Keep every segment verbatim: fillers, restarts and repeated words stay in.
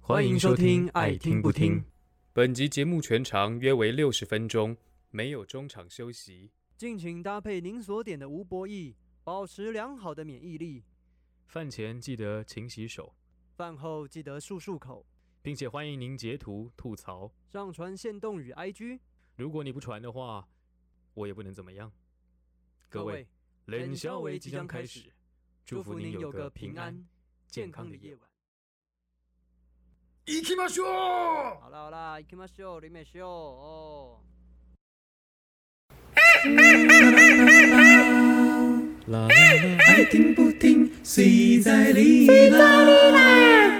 欢迎收听爱听不听。 本集节目全长约为六十分钟，没有中场休息。 敬请搭配您所点的无博弈，保持良好的免疫力。 饭前记得勤洗手， 饭后记得漱漱口， 并且欢迎您截图吐槽， 上传限动与 I G。 如果你不传的话，我也不能怎么样。各位， 冷笑话话即将开始，祝福您有个平安、健康的夜晚。 行きましょう。 好啦好啦，行きましょう，林美秀哦。 啦啦啦， 爱听不听，随在你啦。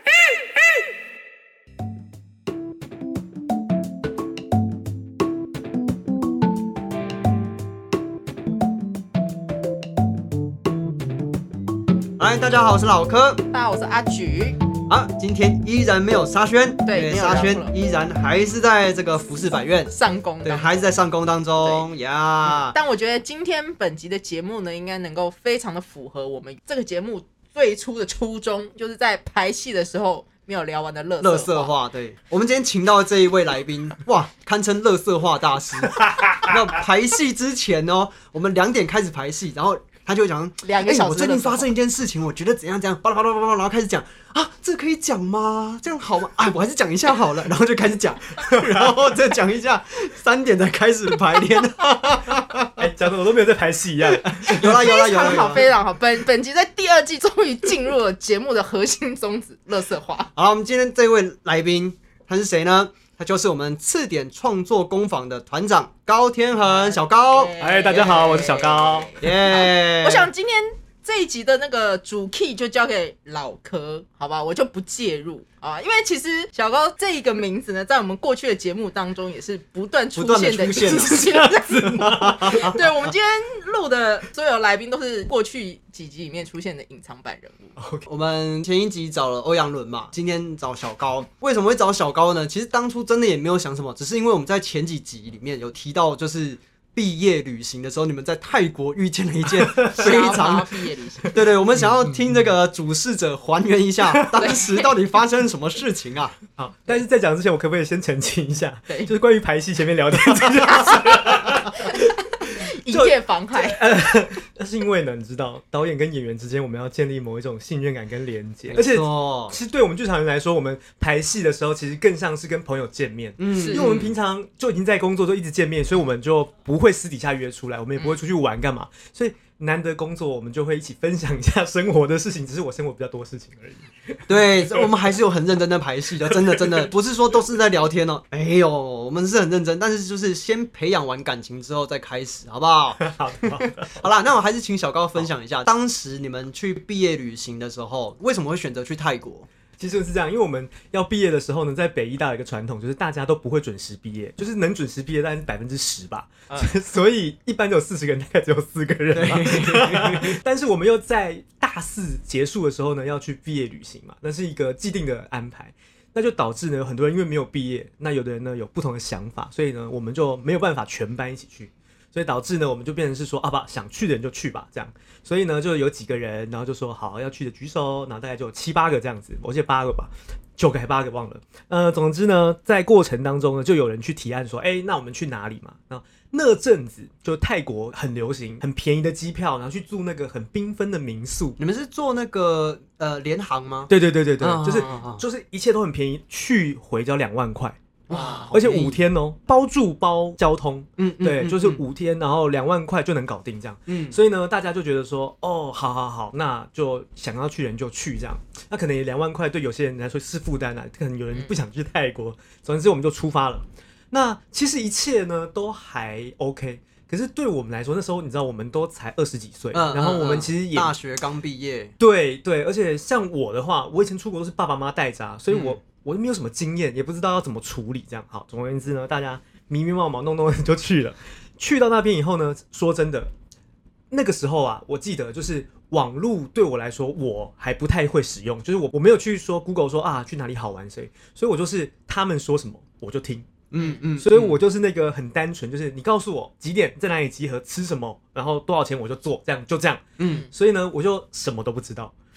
嗨，大家好，我是老柯。 大家好，我是阿菊。 啊，今天依然没有沙宣， 对， 因为沙宣没有依然还是在这个服饰百院上工， 对，还是在上工当中呀。 嗯。但我觉得今天本集的节目呢，应该能够非常的符合我们这个节目最初的初衷，就是在排戏的时候没有聊完的垃圾话。 垃圾话，对，我们今天请到这一位来宾，哇，堪称垃圾话大师。那排戏之前哦，我们两点开始排戏，然后他就讲， 两个小时、欸。 我最近发生一件事情，我觉得怎样怎样，巴拉巴拉巴拉，然后开始讲啊，这可以讲吗？这样好吗？哎，我还是讲一下好了，然后就开始讲，然后再讲一下，三点才开始排练。 哎，讲的我都没有在排戏一样。 有啦有啦有啦， 非常好非常好。本本集在第二季终于进入了节目的核心宗旨——垃圾话。 好，我们今天这位来宾他是谁呢？他就是我们次点创作工坊的团长高天恒，小高。 哎，大家好，我是小高。 耶！ 我想今天这一集的那个主 key 就交给老柯，好吧，我就不介入啊，因为其实小高这一个名字呢，在我们过去的节目当中也是不断出现的， 不断的出现这样子吗？对，我们今天录的所有来宾都是过去几集里面出现的隐藏版人物。 Okay. 我们前一集找了欧阳伦嘛，今天找小高。为什么会找小高呢？其实当初真的也没有想什么，只是因为我们在前几集里面有提到，就是毕业旅行的时候，你们在泰国遇见了一件非常毕业旅行。 对对，我们想要听这个主事者还原一下当时到底发生什么事情啊？ 好，但是在讲之前，我可不可以先澄清一下？对，就是关于排戏前面聊天这件事。 一夜妨害。 呃，那是因为呢，你知道，导演跟演员之间我们要建立某一种信任感跟连接，而且其实对我们剧场人来说，我们排戏的时候其实更像是跟朋友见面，嗯，因为我们平常就已经在工作，就一直见面，所以我们就不会私底下约出来，我们也不会出去玩干嘛，所以难得工作，我们就会一起分享一下生活的事情，只是我生活比较多事情而已。 对，我们还是有很认真的排戏的，真的真的不是说都是在聊天哦。哎呦，我们是很认真，但是就是先培养完感情之后再开始，好不好？ 好的， 好啦，那我还是请小高分享一下，当时你们去毕业旅行的时候，为什么会选择去泰国？ 其实是这样，因为我们要毕业的时候呢，在北医大有一个传统，就是大家都不会准时毕业，就是能准时毕业大概是百分之十吧，嗯、所以一般只有四十个人，大概只有四个人嘛。但是我们又在大四结束的时候呢，要去毕业旅行嘛，那是一个既定的安排，那就导致呢，有很多人因为没有毕业，那有的人呢有不同的想法，所以呢，我们就没有办法全班一起去。所以导致呢，我们就变成是说啊，吧，想去的人就去吧，这样。所以呢，就有几个人，然后就说好要去的举手，然后大概就有七八个这样子，我记得八个吧，九个还八个忘了。呃，总之呢，在过程当中呢，就有人去提案说，哎，那我们去哪里嘛？然后那阵子就泰国很流行，很便宜的机票，然后去住那个很缤纷的民宿。 你们是坐那个呃联航吗？ 对对对对对， 啊、 就是、 啊啊、 就是一切都很便宜，去回只要两万块。哇！而且五天哦，包住包交通，嗯，对，嗯、就是五天，然后两万块就能搞定这样，嗯，所以呢，大家就觉得说，哦，好好好，那就想要去人就去这样，那可能也两万块对有些人来说是负担啊，可能有人不想去泰国，总之我们就出发了。那其实一切呢都还 OK。可是对我们来说，那时候你知道，我们都才二十几岁，嗯、然后我们其实也、 嗯、大学刚毕业， 对对，而且像我的话，我以前出国都是爸爸妈妈带着、啊，所以我。嗯我没有什么经验，也不知道要怎么处理，这样好。总而言之呢，大家迷迷茫茫弄弄就去了。去到那边以后呢，说真的，那个时候啊，我记得就是网络对我来说，我还不太会使用，就是我我没有去说 Google 说啊去哪里好玩谁，所以我就是他们说什么我就听。嗯嗯，所以我就是那个很单纯，就是你告诉我几点在哪里集合，吃什么，然后多少钱我就做，这样就这样。嗯，所以呢，我就什么都不知道。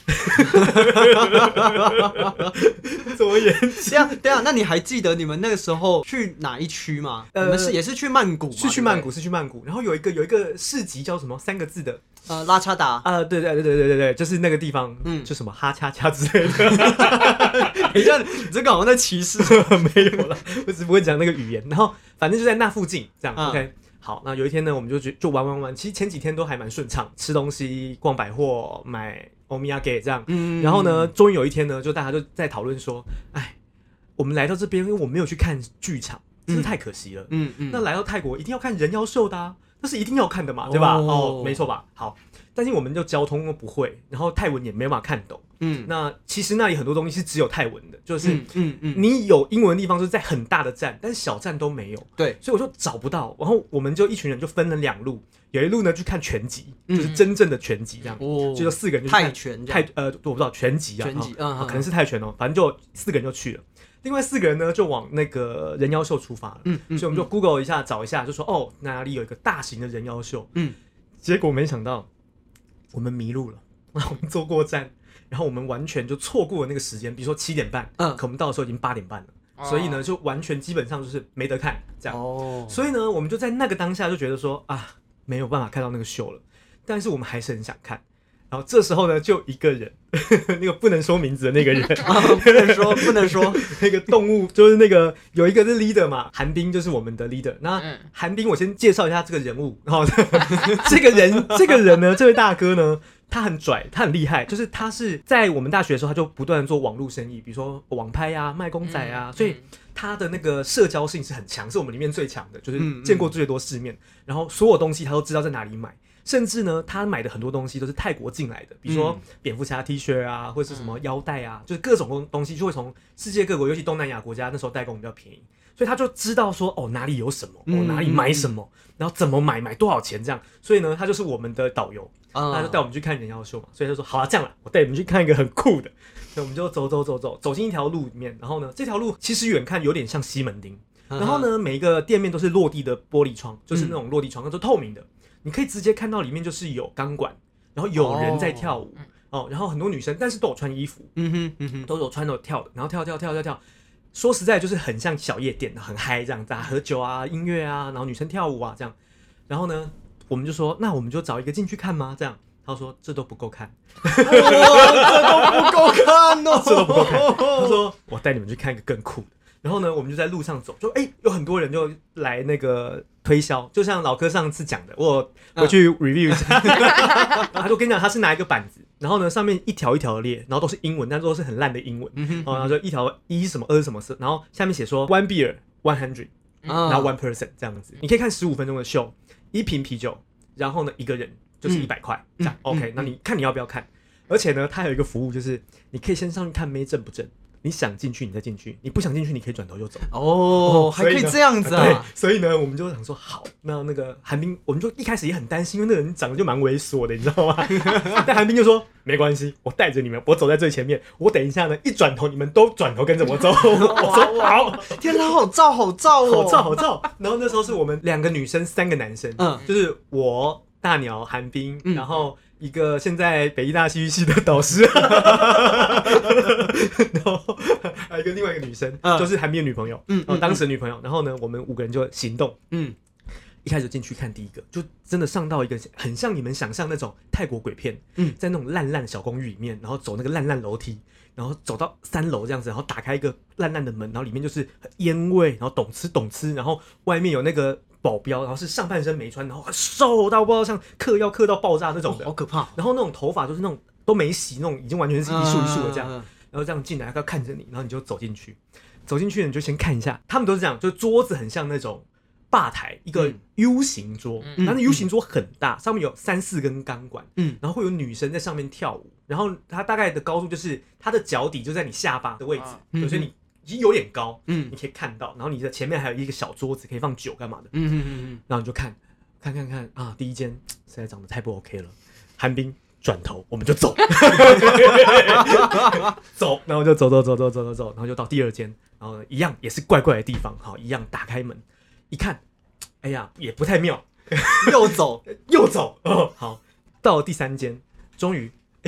怎么演？ 这样对啊，那你还记得你们那个时候去哪一区吗？ 呃你们是也是去曼谷吗？ 是去曼谷，是去曼谷。然后有一个有一个市集叫什么三个字的， 呃，拉差达。 啊、对对对对对对对，就是那个地方， 嗯嗯，就什么哈恰恰之类的， 等一下，你这个好像在歧视。 没有了，我只不会讲那个语言。然后反正就在那附近，这样、 嗯 OK。好，那有一天呢，我们就就就玩玩玩，其实前几天都还蛮顺畅，吃东西、逛百货、买欧米亚给这样。 嗯然后呢，终于有一天呢，就大家就在讨论说，哎，我们来到这边，因为我没有去看剧场，真是太可惜了。 嗯嗯， 那来到泰国一定要看人妖秀的啊，那是一定要看的嘛，对吧？ 哦哦，没错吧？好，但是我们就交通都不会，然后泰文也没办法看懂。 嗯那其实那里很多东西是只有泰文的，就是嗯嗯嗯， 你有英文的地方就是在很大的站，但是小站都没有， 对， 所以我就找不到。然后我们就一群人就分了两路，有一路呢去看拳击， 嗯就是真正的拳击这样， 哦就有四个人就去看泰拳这样泰呃我不知道拳击啊， 拳击哦嗯嗯可能是泰拳哦，反正就四个人就去了。另外四个人呢，就往那个人妖秀出发了。 嗯嗯所以我们就 Google 一下，找一下，就说哦，哪里有一个大型的人妖秀。 嗯， 结果没想到我们迷路了，然后我们坐过站，然后我们完全就错过了那个时间，比如说七点半， 嗯可我们到的时候已经八点半了，所以呢，就完全基本上就是没得看这样。 哦， 所以呢，我们就在那个当下就觉得说啊，没有办法看到那个秀了，但是我们还是很想看。然后这时候呢，就一个人，那个不能说名字的那个人， 啊不能说不能说， 那个动物就是那个有一个是 leader 嘛，韩冰就是我们的 leader。那嗯韩冰，我先介绍一下这个人物。然后这个人，这个人呢，这位大哥呢，他很拽，他很厉害，就是他是在我们大学的时候，他就不断地做网络生意，比如说网拍啊、卖公仔啊， 嗯所以他的那个社交性是很强，是我们里面最强的，就是嗯嗯见过最多世面，然后所有东西他都知道在哪里买。甚至呢，他买的很多东西都是泰国进来的，比如说蝙蝠侠 T 恤啊，或者是什么腰带啊，就是各种东西就会从世界各国，尤其东南亚国家那时候代工比较便宜，所以他就知道说哦哪里有什么，哦哪里买什么，然后怎么买，买多少钱这样。所以呢，他就是我们的导游，他就带我们去看人妖秀嘛，所以他就说好啊，这样了，我带你们去看一个很酷的。所以我们就走走走走走进一条路里面，然后呢，这条路其实远看有点像西门町，然后呢，每一个店面都是落地的玻璃窗，就是那种落地窗，那都透明的。你可以直接看到里面就是有钢管，然后有人在跳舞 哦, 哦，然后很多女生，但是都有穿衣服， 嗯哼嗯哼， 都有穿的跳的，然后跳跳跳跳跳。说实在，就是很像小夜店，很嗨这样子啊，喝酒啊，音乐啊，然后女生跳舞啊这样。然后呢，我们就说，那我们就找一个进去看吗？这样，他说这都不够看， 哇，这都不够看哦， 这都不够看。他说我带你们去看一个更酷的。然后呢，我们就在路上走，就哎、欸，有很多人就来那个推销，就像老柯上次讲的，我我去 review 一下，嗯、他就跟你讲，他是拿一个板子，然后呢上面一条一条的列，然后都是英文，但都是很烂的英文，嗯、然后就一条一什么二什么色，然后下面写说 one beer one hundred，然后 one person 这样子，你可以看十五分钟的秀，一瓶啤酒，然后呢一个人就是一百块，这样、嗯、OK，、嗯、那你看你要不要看？而且呢，它还有一个服务，就是你可以先上去看妹正不正。你想进去，你再进去；你不想进去，你可以转头就走。 哦，还可以这样子啊！ 对，所以呢，我们就想说，好，那那个韩冰，我们就一开始也很担心，因为那个人长得就蛮猥琐的，你知道吗？但韩冰就说没关系，我带着你们，我走在最前面，我等一下呢，一转头，你们都转头跟着我走。我说好， 天哪，好燥，好燥哦， 好燥，好燥。然后那时候是我们两个女生，三个男生，嗯，就是我大鸟韩冰，嗯、然后。一个现在北医大戏剧系的导师，然后还有一个另外一个女生，嗯、就是韩冰的女朋友，嗯，然后当时的女朋友，然后呢，我们五个人就行动，嗯，一开始进去看第一个，就真的上到一个很像你们想象那种泰国鬼片，嗯，在那种烂烂小公寓里面，然后走那个烂烂楼梯，然后走到三楼这样子，然后打开一个烂烂的门，然后里面就是烟味，然后懂吃懂吃，然后外面有那个。保镖，然后是上半身没穿，然后瘦到不知道像嗑药嗑到爆炸那种的， 哦、好可怕。 然后那种头发就是那种都没洗，那种已经完全是一束一束的这样，嗯嗯嗯、然后这样进来，他看着你，然后你就走进去，走进去你就先看一下，他们都是这样，就是桌子很像那种吧台，一个 U 型桌，嗯、然后那 U 型桌很大，上面有三四根钢管，嗯，然后会有女生在上面跳舞，然后它大概的高度就是它的脚底就在你下巴的位置，嗯、所以你。已经有点高，嗯，你可以看到，然后你的前面还有一个小桌子可以放酒干嘛的，嗯嗯嗯，然后你就看，看看看啊，第一间实在长得太不 OK 了，韩冰转头我们就走，走，然后就走走走走走走走，然后就到第二间，然后一样也是怪怪的地方，好，一样打开门一看，哎呀也不太妙， 又走又走，哦，好，到了第三间，终于，哎，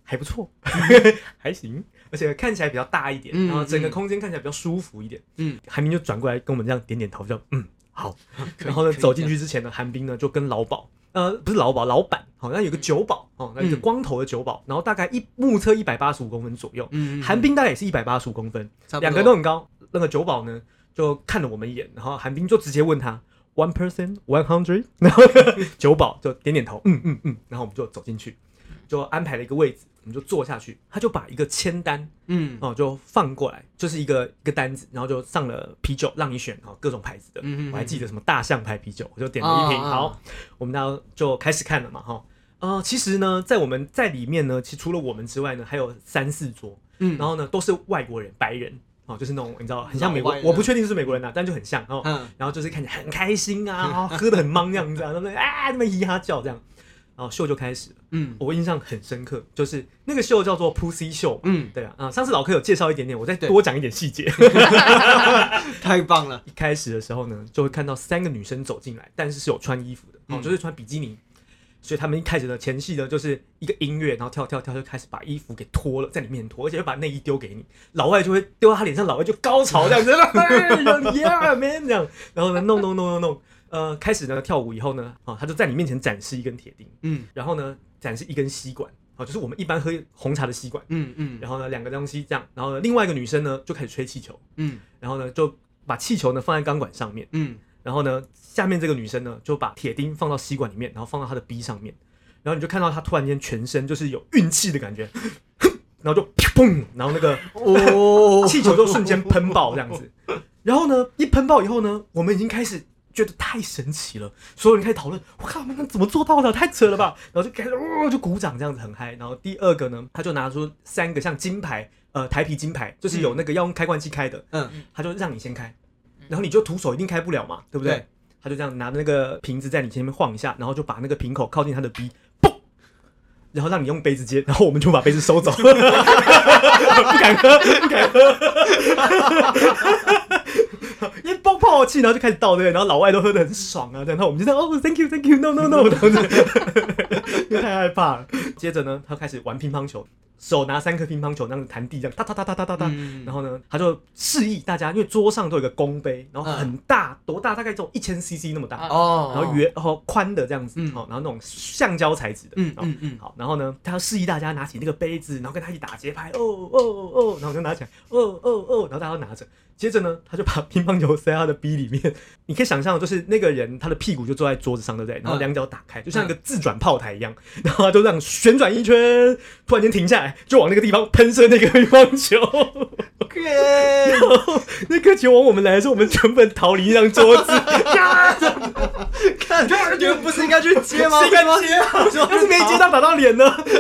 还不错，还行，而且看起来比较大一点， 嗯、 然后整个空间看起来比较舒服一点。嗯，韩冰就转过来跟我们这样点点头，就嗯好。然后呢，走进去之前呢，韩冰呢就跟老鸨，呃，不是老鸨，老板，好像有个酒保哦，那一个光头的酒保，然后大概一目测一百八十五公分左右，嗯，韩冰大概也是一百八十五公分，两个人都很高。那个酒保呢就看了我们一眼，然后韩冰就直接问他 one person one hundred， 然后酒保就点点头，嗯嗯嗯，然后我们就走进去，就安排了一个位置，我们就坐下去，他就把一个签单，嗯，哦，就放过来，就是一个一个单子，然后就上了啤酒让你选，哦，各种牌子的，嗯嗯嗯，我还记得什么大象牌啤酒，我就点了一瓶，哦，好，我们然后就开始看了嘛，哈，呃，其实呢，在我们在里面呢，其实除了我们之外呢，还有三四桌，嗯，然后呢都是外国人，白人。哦，就是那种你知道，很像美国人，我不确定是美国人啊，但就很像哦。嗯，然后就是看起来很开心啊，喝得很茫这样子啊，他们啊那么咿哈叫这样，然后秀就开始了。嗯，我印象很深刻，就是那个秀叫做 Pussy 秀。嗯，对啊，啊，上次老柯有介绍一点点，我再多讲一点细节。 太棒了！ 一开始的时候呢，就会看到三个女生走进来，但是是有穿衣服的，哦，就是穿比基尼。所以他们一开始的前戏呢，就是一个音乐，然后跳跳跳就开始把衣服给脱了，在里面脱，而且会把内衣丢给你，老外就会丢到他脸上，老外就高潮这样子，yeah man 这样，然后呢弄弄弄弄弄，呃，开始呢跳舞以后呢，啊，他就在你面前展示一根铁钉，嗯，然后呢展示一根吸管，啊，就是我们一般喝红茶的吸管，嗯嗯，然后呢两个东西这样，然后呢另外一个女生呢就开始吹气球，嗯，然后呢就把气球呢放在钢管上面，嗯。然后呢，下面这个女生呢，就把铁钉放到吸管里面，然后放到她的 B 上面，然后你就看到她突然间全身就是有运气的感觉，然后就砰，然后那个哦，气球就瞬间喷爆这样子。然后呢，一喷爆以后呢，我们已经开始觉得太神奇了，所有人开始讨论，我靠，那怎么做到的？太扯了吧！然后就开始哦，就鼓掌这样子很嗨。然后第二个呢，他就拿出三个像金牌，呃，台啤金牌，就是有那个要用开关器开的，嗯，他就让你先开。然后你就徒手一定开不了嘛，对不对？对，他就这样拿着那个瓶子在你前面晃一下，然后就把那个瓶口靠近他的鼻，嘣，然后让你用杯子接，然后我们就把杯子收走，不敢喝，不敢喝，因为爆泡气，然后就开始倒，对，然后老外都喝得很爽啊，然后我们就这样哦 ，thank you，thank you，no no no， 因为太害怕了。接着呢，他开始玩乒乓球。手拿三颗乒乓球，那样子弹地，这样哒哒哒哒哒哒哒。嗯、然后呢，他就示意大家，因为桌上都有一个公杯，然后很大，嗯、多大？大概只有一千 C C 那么大。哦。然后圆，然后宽的这样子，嗯、然后那种橡胶材质的。嗯嗯嗯。好，然后呢，他要示意大家拿起那个杯子，然后跟他一起打节拍，哦哦哦，然后我就拿起来，哦哦哦，然后大家都拿着。接着呢，他就把乒乓球塞他的 B 里面。你可以想象，就是那个人他的屁股就坐在桌子上，对不对？然后两脚打开，就像一个自转炮台一样。然后他就这样旋转一圈，突然间停下来，就往那个地方喷射那个乒乓球。Okay. 然后那颗球往我们来的时候，我们全部人逃离那张桌子。 看，你们不是应该去接吗？ 是应该接啊！要是没接到打到脸呢？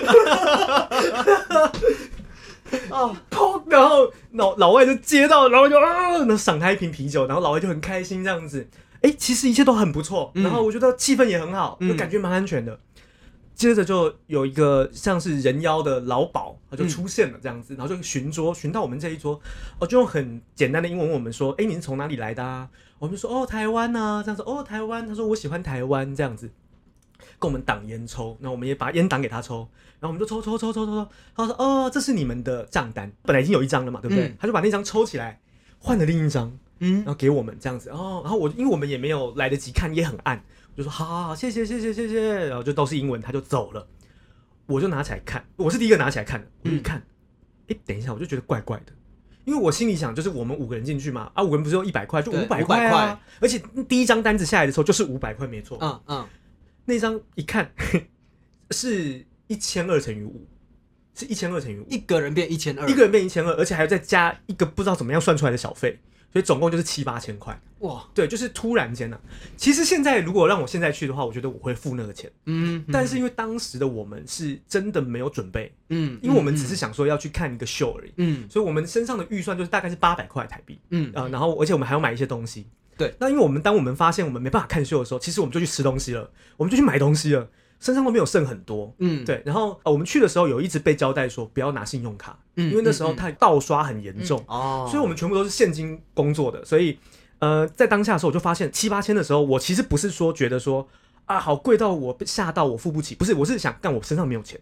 啊！砰！然后老老外就接到，然后就啊，然后赏他一瓶啤酒，然后老外就很开心这样子。哎，其实一切都很不错，然后我觉得气氛也很好，就感觉蛮安全的。接着就有一个像是人妖的老鸨，他就出现了这样子，然后就巡桌巡到我们这一桌，哦，就用很简单的英文问我们说：“哎，你是从哪里来的啊？”我们就说：“哦，台湾啊。”这样子，哦，台湾。他说：“我喜欢台湾。”这样子，跟我们挡烟抽，然后我们也把烟挡给他抽，然后我们就抽抽抽抽抽抽。他说：“哦，这是你们的账单，本来已经有一张了嘛，对不对？”嗯、他就把那张抽起来，换了另一张，嗯，然后给我们这样子。哦，然后我因为我们也没有来得及看，也很暗，我就说：“好好好，谢谢谢谢谢谢。”然后就都是英文，他就走了。我就拿起来看，我是第一个拿起来看的。我一看，哎、嗯，等一下，我就觉得怪怪的，因为我心里想，就是我们五个人进去嘛，啊，五个人不是用一百块，就五百块啊，而且第一张单子下来的时候就是五百块，没错。嗯嗯，那张一看是一千二乘以五，是一千二乘以五， 一个人变一千二， 一个人变一千二，而且还要再加一个不知道怎么样算出来的小费。所以总共就是七八千块，哇！对，就是突然间呢、啊。其实现在如果让我现在去的话，我觉得我会付那个钱，嗯。嗯但是因为当时的我们是真的没有准备，嗯，因为我们只是想说要去看一个秀而已，嗯。所以我们身上的预算就是大概是八百块台币，嗯啊、呃，然后而且我们还要买一些东西，对。那因为我们当我们发现我们没办法看秀的时候，其实我们就去吃东西了，我们就去买东西了。身上都没有剩很多，嗯，对。然后、呃、我们去的时候有一直被交代说不要拿信用卡，嗯，因为那时候它盗刷很严重、嗯嗯、哦，所以我们全部都是现金工作的。所以呃，在当下的时候我就发现七八千的时候，我其实不是说觉得说啊好贵到我吓到我付不起，不是，我是想干我身上没有钱，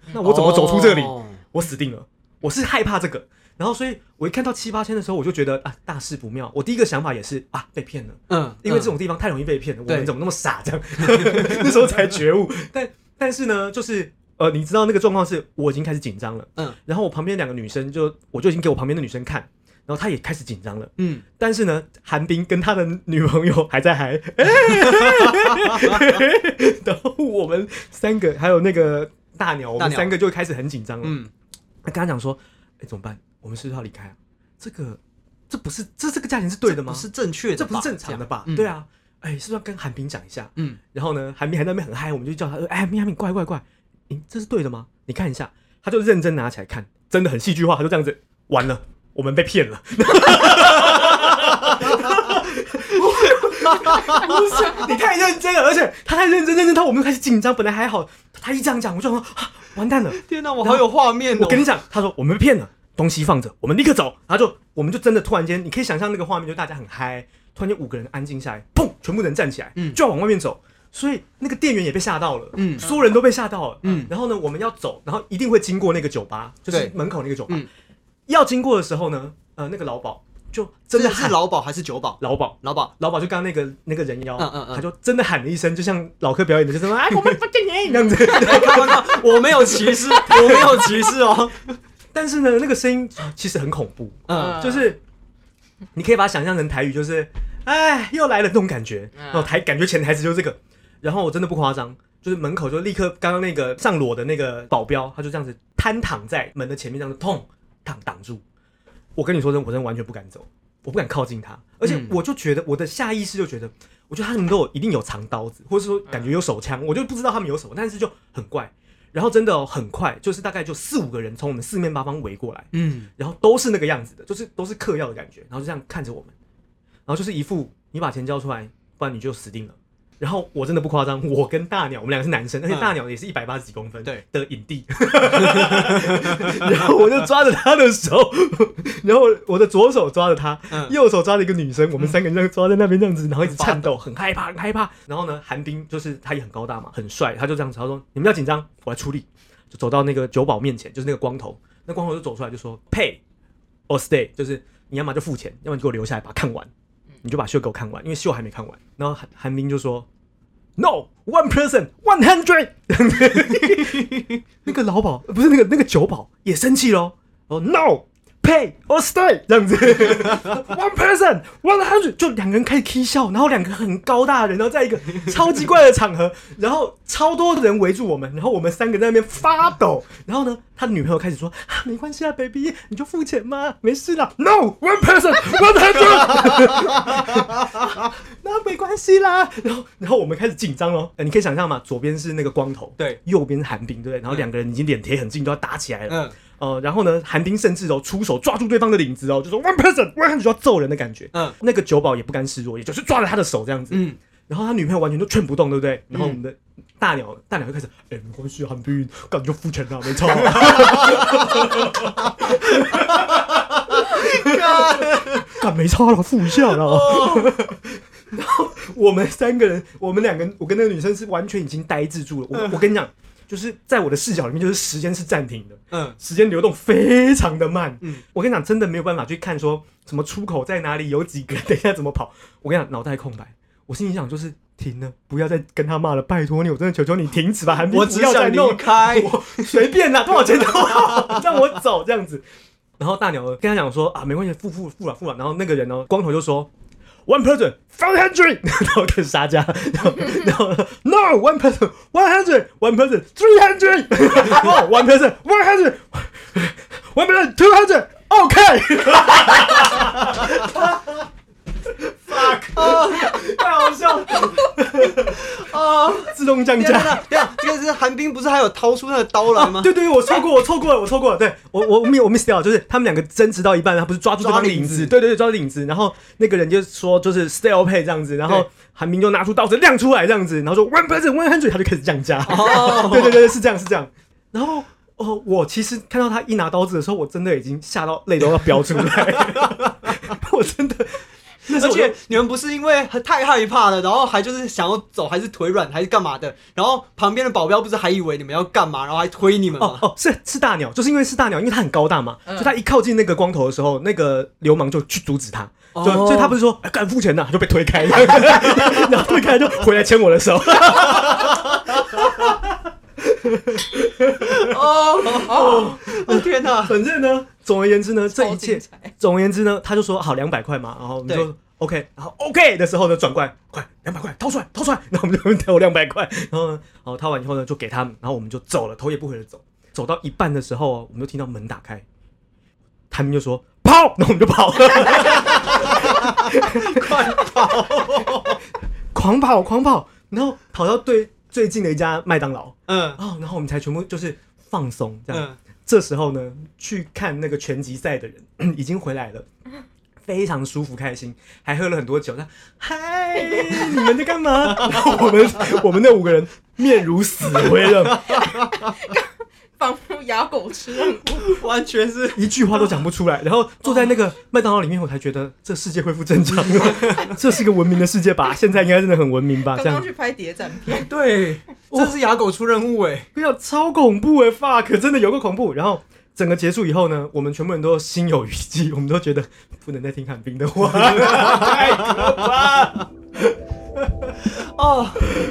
那我怎么走出这里？ 哦、 我死定了，我是害怕这个。然后，所以我一看到七八千的时候，我就觉得啊，大事不妙。我第一个想法也是啊，被骗了。嗯，因为这种地方太容易被骗了，嗯、我们怎么那么傻？这样，那时候才觉悟。但但是呢，就是呃，你知道那个状况是，我已经开始紧张了。嗯，然后我旁边两个女生就，我就已经给我旁边的女生看，然后她也开始紧张了。嗯，但是呢，韩冰跟他的女朋友还在嗨，然后我们三个还有那个大鸟，我们三个就开始很紧张了。嗯，跟他讲说，哎，怎么办？我们是不是要离开啊？这个，这不是这这个价钱是对的吗？ 不是正确的， 这不是正常的吧？嗯、对啊，哎，是不是要跟韩冰讲一下？嗯，然后呢，韩冰还在那边很嗨，我们就叫他，哎，韩冰，韩冰，过来，过来，过来，你这是对的吗？你看一下，他就认真拿起来看，真的很戏剧化，他就这样子，完了，我们被骗了。你太认真了，而且他太认真，认真到我们开始紧张。本来还好，他一这样讲，我就说、啊、完蛋了！ 天哪，我好有画面哦！ 我跟你讲，他说我们被骗了，东西放着，我们立刻走。然后就我们就真的突然间，你可以想象那个画面，就大家很嗨，突然间五个人安静下来，砰，全部人站起来，嗯，就要往外面走。所以那个店员也被吓到了，嗯，所有人都被吓到了，嗯。然后呢，我们要走，然后一定会经过那个酒吧，就是门口那个酒吧。嗯、要经过的时候呢，呃，那个老鸨。就真的是劳保还是酒保？ 劳保， 劳保， 劳保就刚刚那个那个人妖， 嗯嗯嗯， 他就真的喊了一声，就像老柯表演的，就是说，哎，我们不见你这样子。 开玩笑，我没有歧视，我没有歧视哦。 但是呢，那个声音其实很恐怖，嗯，就是你可以把它想象成台语，就是哎又来了那种感觉。然后台感觉潜台词就是这个。然后我真的不夸张，就是门口就立刻刚刚那个上裸的那个保镖，他就这样子瘫躺在门的前面，这样子砰挡挡住。我跟你说真的，我真的完全不敢走，我不敢靠近他，而且我就觉得我的下意识就觉得，我觉得他们都有一定有藏刀子，或者说感觉有手枪，我就不知道他们有什么，但是就很怪。然后真的、哦、很快，就是大概就四五个人从我们四面八方围过来，嗯，然后都是那个样子的，就是都是嗑药的感觉，然后就这样看着我们，然后就是一副你把钱交出来，不然你就死定了。然后我真的不夸张，我跟大鸟，我们两个是男生，而且大鸟也是一百八十几公分的影帝，然后我就抓着他的手，然后我的左手抓着他，嗯、右手抓着一个女生，我们三个人抓在那边这样子，然后一直颤抖，很害怕，很害怕。然后呢，韩冰就是他也很高大嘛，很帅，他就这样子，他说：“你们要紧张，我来出力。”就走到那个酒保面前，就是那个光头，那光头就走出来就说 ：“Pay or stay， 就是你要么就付钱，要么就给我留下来把它看完。”你就把秀给我看完，因为秀还没看完。然后韩韩冰就说 ：“No, one person, one hundred。”那个老鸨不是那个那个酒保也生气咯。哦 ，No, pay or stay 这样子。one person, one hundred， 就两个人开始 k 笑，然后两个很高大的人，然后在一个超级怪的场合，然后超多人围住我们，然后我们三个在那边发抖。然后呢，他的女朋友开始说：“啊，没关系啊 ，baby， 你就付钱嘛，没事啦。”No, one person, one hundred。那没关系啦。然后，然后我们开始紧张咯。呃，你可以想象嘛，左边是那个光头， 对， 右边是韩冰，对不对？然后两个人已经脸贴很近，都要打起来了。嗯。呃，然后呢，韩冰甚至哦出手抓住对方的领子哦，就说 one person, one hundred 就要揍人的感觉。嗯。那个酒保也不甘示弱，也就是抓着他的手这样子。嗯。然后他女朋友完全都劝不动，对不对？然后我们的大鸟，大鸟就开始，哎、欸，没关系，韩冰，干就付钱啦，没差。干没差了，付一下啦。然后我们三个人，我们两个，我跟那个女生是完全已经呆滞住了。我我跟你讲，就是在我的视角里面，就是时间是暂停的，嗯，时间流动非常的慢。嗯，我跟你讲，真的没有办法去看说什么出口在哪里，有几个，等一下怎么跑。我跟你讲，脑袋空白。我心里想就是停了，不要再跟他骂了，拜托你，我真的求求你停止吧，韩冰， 我只想离开， 我随便啦，多少钱都好，让我走这样子。然后大鸟跟他讲说啊，没关系，付付付了付了。然后那个人呢，光头就说 one person five hundred， 然后开始杀价，然后然后 no one person one hundred one person three hundred no one person one hundred one person two hundred OK。fuck， 啊，太好笑了！啊，自动降价。 对啊，这个是韩冰，不是还有掏出那个刀来吗？ 啊、对对，我错过，我错过了，我错过了。对我我我 miss 我 miss 掉了，就是他们两个争执到一半，他不是抓住对方领子，对对对，抓住领子，然后那个人就说就是 stay or pay 这样子，然后韩冰就拿出刀子亮出来这样子，然后说 one person one hundred， 他就开始降价。哦，对对对，是这样是这样。然后哦，我其实看到他一拿刀子的时候，我真的已经吓到泪都要飙出来，我真的。 而且你们不是因为太害怕了，然后还就是想要走，还是腿软，还是干嘛的？然后旁边的保镖不是还以为你们要干嘛，然后还推你们吗？ 哦哦，是是大鸟，就是因为是大鸟，因为它很高大嘛，嗯、所以它一靠近那个光头的时候，那个流氓就去阻止他，就、哦、所以他不是说敢付钱呐、啊，就被推开，然后推开就回来牵我的手。 哦哦哦天哪！ 反正呢，总而言之呢，这一切，总而言之呢，他就说好两百块嘛，然后我们就 OK， 然后 OK 的时候呢，转过来，快两百块掏出来，掏出来，然后我们就掏两百块，然后呢，然后掏完以后呢，就给他们，然后我们就走了，头也不回的走，走到一半的时候，我们就听到门打开，他们就说跑，然后我们就跑， 快跑， 狂跑狂跑，然后跑到对。最近的一家麦当劳， 嗯， 哦，然后我们才全部就是放松这样。 嗯、 这时候呢，去看那个拳击赛的人已经回来了，非常舒服开心，还喝了很多酒。他嗨，你们在干嘛？然后我们我们那五个人面如死灰了， 仿佛哑狗吃任务， 完全是一句话都讲不出来。然后坐在那个麦当劳里面，我才觉得这世界恢复正常了，这是个文明的世界吧？现在应该真的很文明吧？ 刚刚去拍谍战片， 对， 这是哑狗出任务哎、欸， 不要超恐怖哎、欸、，fuck， 真的有个恐怖。然后整个结束以后呢，我们全部人都心有余悸，我们都觉得不能再听韩冰的话，太可怕了。 哦。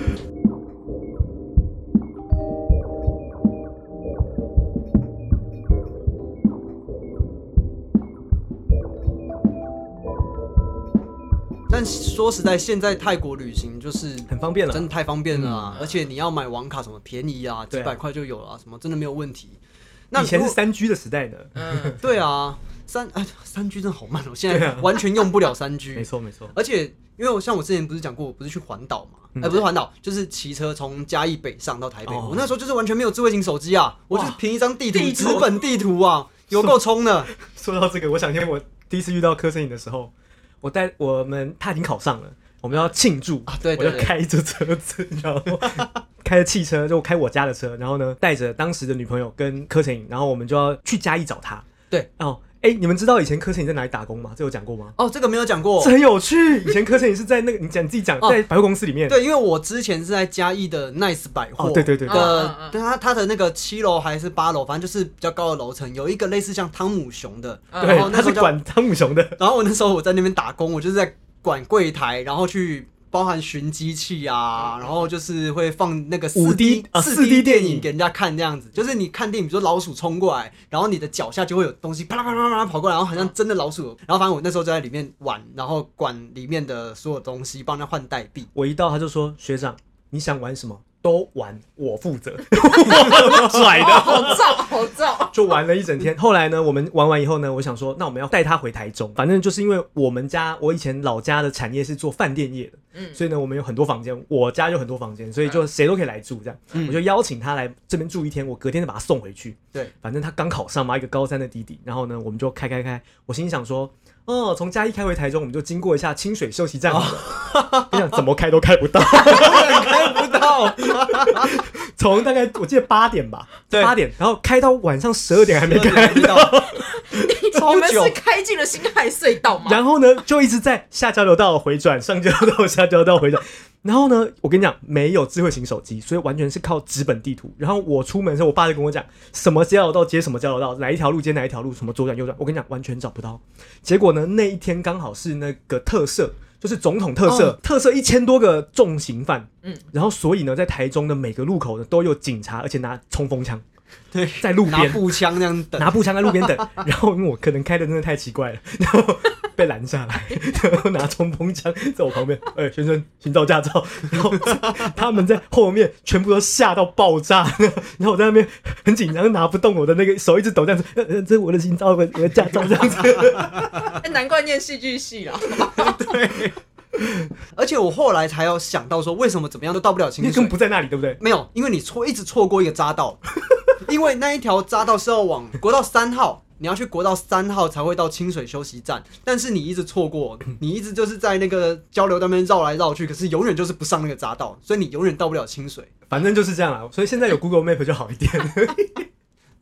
但说实在，现在泰国旅行就是很方便了， 真的太方便了啊！ 嗯、 而且你要买网卡什么便宜啊，几百块就有了、啊，什么真的没有问题。那以前是三 G 的时代呢， 嗯， 对啊，三哎三 G 真的好慢哦，我现在完全用不了三 G。 没错没错， 而且因为我像我之前不是讲过，我不是去环岛嘛，哎、嗯欸、不是环岛，就是骑车从嘉义北上到台北。哦、我那时候就是完全没有智慧型手机啊，我就是凭一张地图，纸本地图啊，有够冲的。 说到这个，我想天我第一次遇到柯震宇的时候，我带我们他已经考上了。我们要庆祝啊！对对对， 我就开着车子，然后开着汽车，就开我家的车，然后呢，带着当时的女朋友跟柯晨颖，然后我们就要去嘉义找他。 对哦，哎、欸，你们知道以前柯晨颖在哪里打工吗？这有讲过吗？ 哦，这个没有讲过， 这很有趣。以前柯晨颖是在那个，你讲你自己讲，在百货公司里面。 对，因为我之前是在嘉义的 Nice 百货、 哦，对对对的，嗯嗯、他他的那个七楼还是八楼，反正就是比较高的楼层，有一个类似像汤姆熊的， 对，然后那他是管汤姆熊的。 然后我那时候我在那边打工，我就是在管柜台，然后去。包含寻机器啊，然后就是会放那个四 D 四 D 电影给人家看，这样子，就是你看电影，比如说老鼠冲过来，然后你的脚下就会有东西啪啦啪啦啪啦跑过来，然后好像真的老鼠。然后反正我那时候就在里面玩，然后管里面的所有东西，帮他换代币。 我一到他就说：“学长，你想玩什么？”都玩，我负责，我拽的， 好燥，好燥， 就玩了一整天。后来呢，我们玩完以后呢，我想说，那我们要带他回台中。反正就是因为我们家，我以前老家的产业是做饭店业的，嗯，所以呢，我们有很多房间，我家有很多房间，所以就谁都可以来住这样。嗯、我就邀请他来这边住一天，我隔天就把他送回去。 对， 反正他刚考上嘛，一个高三的弟弟。然后呢，我们就开开开，我心里想说。哦，从嘉义开回台中，我们就经过一下清水休息站。我想怎么开都开不到， 开不到。 从大概我记得八点吧，八点，然后开到晚上十二点还没开到， 超久。你们是开进了辛亥隧道吗？ 然后呢，就一直在下交流道回转，上交流道下交流道回转。然后呢，我跟你讲，没有智慧型手机，所以完全是靠纸本地图。然后我出门的时候，我爸就跟我讲，什么交流道接什么交流道，哪一条路接哪一条路，什么左转右转。我跟你讲，完全找不到。结果呢，那一天刚好是那个特赦，就是总统特赦，哦、特赦一千多个重刑犯。嗯，然后所以呢，在台中的每个路口呢，都有警察，而且拿冲锋枪。 对， 在路边拿步枪那样等， 拿步枪在路边等。然后因为我可能开的真的太奇怪了，然后被拦下来，然后拿冲锋枪在我旁边，哎、欸，先生，请照驾照。然后他们在后面全部都吓到爆炸，然后我在那边很紧张，拿不动我的那个手，一直抖这样子，呃，这是我的心照，我的驾照这样子。 欸、难怪念戏剧系啦。 对。而且我后来才有想到说，为什么怎么样都到不了清水？ 你根本不在那里，对不对？ 没有，因为你错一直错过一个匝道，因为那一条匝道是要往国道三号，你要去国道三号才会到清水休息站，但是你一直错过，你一直就是在那个交流道那边绕来绕去，可是永远就是不上那个匝道，所以你永远到不了清水。 反正就是这样啦，所以现在有 Google Map 就好一点。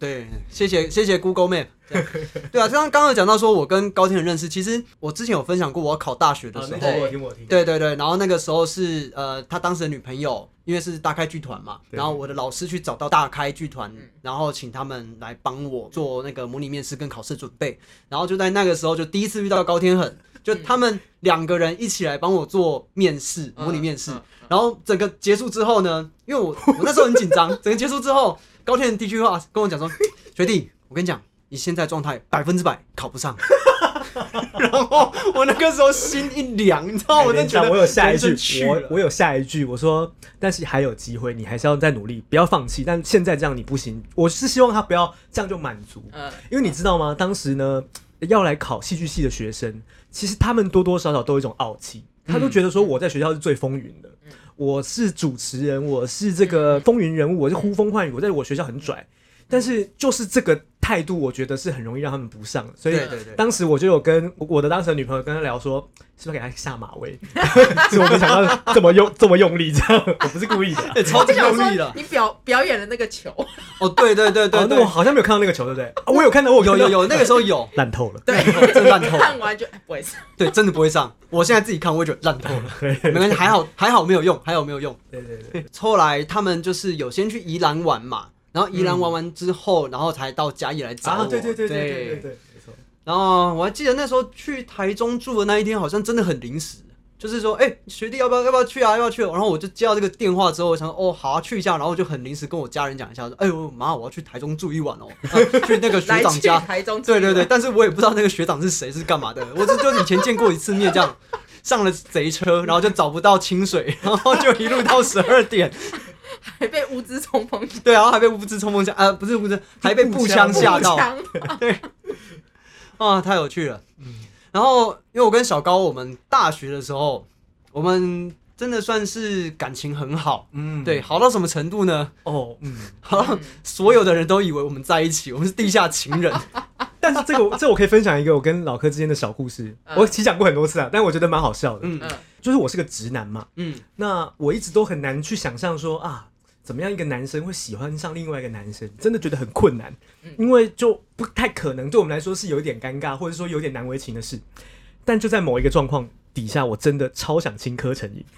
对，谢谢谢谢 Google Map。对啊，像刚刚讲到说我跟高天的认识，其实我之前有分享过，我要考大学的时候， 哦、我听我听。 对对对，然后那个时候是呃，他当时的女朋友，因为是大开剧团嘛，然后我的老师去找到大开剧团，然后请他们来帮我做那个模拟面试跟考试准备，然后就在那个时候就第一次遇到高天很，就他们两个人一起来帮我做面试，模拟面试，然后整个结束之后呢，因为我我那时候很紧张，整个结束之后，高天的第一句话跟我讲说，学弟，我跟你讲。你现在状态百分之百考不上，然后我那个时候心一凉，你知道，我真的觉得我有下一句，我我有下一句，我说，但是还有机会，你还是要再努力，不要放弃。但现在这样你不行，我是希望他不要这样就满足，因为你知道吗？当时呢，要来考戏剧系的学生，其实他们多多少少都有一种傲气，他都觉得说我在学校是最风云的，我是主持人，我是这个风云人物，我是呼风唤雨，我在我学校很拽。但是就是这个态度，我觉得是很容易让他们不上的。所以当时我就有跟我的当时的女朋友跟她聊说，是不是给她下马威？所以我没想到这么用这么用力，这样我不是故意的、啊欸，超级用力的。 你表表演了那个球， 哦，对对对对对， 那、哦、我好像没有看到那个球，对不对？啊、我有看到，我有有有有，那个时候有烂透了， 对， 真的烂透了。 看完就不会上， 对，真的不会上。我现在自己看，我也觉得烂透了，没关系，还好还好没有用，还好没有用。 对对对。 后来他们就是有先去宜兰玩嘛。然后宜兰玩完之后、嗯，然后才到嘉义来找我。 啊，对对对对对对对，没错。 然后我还记得那时候去台中住的那一天，好像真的很临时，就是说，哎、欸，学弟要不要要不要去啊？要不要去？然后我就接到这个电话之后，我想说，哦，好啊，去一下。然后我就很临时跟我家人讲一下，说，哎呦妈，我要去台中住一晚哦，啊、去那个学长家。 台中。 对对对，但是我也不知道那个学长是谁，是干嘛的。我是就以前见过一次面，这样上了贼车，然后就找不到清水，然后就一路到十二点。 还被乌兹冲锋， 对，然后还被乌兹冲锋枪，啊，不是乌兹，还被步枪吓到，对，啊，太有趣了。嗯，然后因为我跟小高，我们大学的时候，我们真的算是感情很好，嗯，对，好到什么程度呢？哦，嗯，好到所有的人都以为我们在一起，我们是地下情人。 但是这个，这我可以分享一个我跟老柯之间的小故事，嗯、我其实讲过很多次啊，但我觉得蛮好笑的。嗯，就是我是个直男嘛，嗯，那我一直都很难去想象说啊，怎么样一个男生会喜欢上另外一个男生，真的觉得很困难，因为就不太可能，对我们来说是有一点尴尬，或者说有点难为情的事。但就在某一个状况底下，我真的超想亲柯晨颖。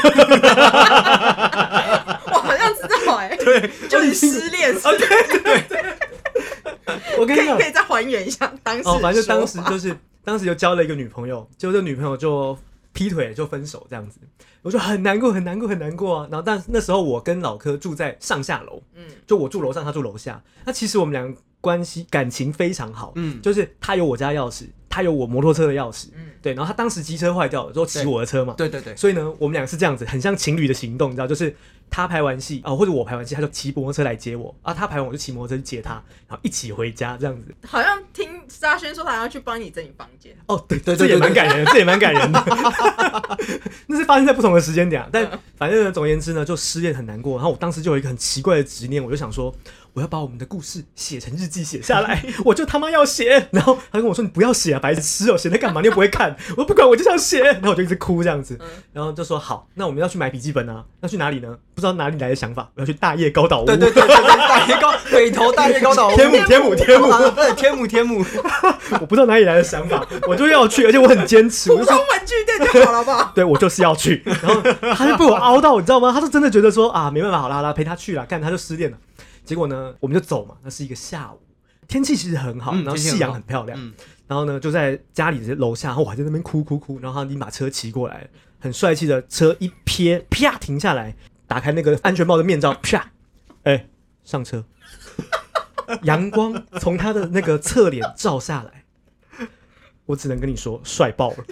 我好像知道哎、欸， 对， 就是失恋时， 哦，对对对。我跟你讲， 可以再还原一下当时。 哦，反正就当时就是当时就交了一个女朋友，结果这女朋友就劈腿就分手这样子，我就很难过很难过很难过啊。然后但那时候我跟老柯住在上下楼，嗯，就我住楼上，他住楼下。那其实我们俩关系感情非常好，嗯，就是他有我家钥匙，他有我摩托车的钥匙，嗯，对。然后他当时机车坏掉了，之后骑我的车嘛， 对对对。 所以呢，我们俩是这样子，很像情侣的行动，你知道，就是他排完戏啊、哦，或者我排完戏，他就骑摩托车来接我啊，他排完我就骑摩托车去接他，然后一起回家这样子。 好像听沙宣说他要去帮你整理房间。 哦，对对，这也蛮感人的，这也蛮感人的。那是发生在不同的时间点、啊，但反正呢，总而言之呢，就失恋很难过。然后我当时就有一个很奇怪的执念，我就想说，我要把我们的故事写成日记写下来，我就他妈要写。然后他跟我说：“你不要写啊，白痴哦，写在干嘛？你又不会看。”我说：“不管，我就想写。”然后我就一直哭这样子，然后就说：“好，那我们要去买笔记本啊，要去哪里呢？不知道哪里来的想法，我要去大叶高岛屋。” 对对对对对，大叶高北投大叶高岛屋， 天母天母天母， 对天母天母， 我不知道哪里来的想法，我就要去，而且我很坚持。 普通文具店就好了吧？ 对，我就是要去。然后他就被我凹到，你知道吗？他就真的觉得说啊，没办法，好啦好啦，陪他去啦，干他就失恋了。结果呢，我们就走嘛。那是一个下午，天气其实很好，嗯、然后夕阳很漂亮、嗯。然后呢，就在家里的楼下，然后我还在那边哭哭哭。然后他已经把车骑过来，很帅气的车一撇，啪停下来，打开那个安全帽的面罩，啪，哎、欸，上车。阳光从他的那个侧脸照下来，我只能跟你说，帅爆了。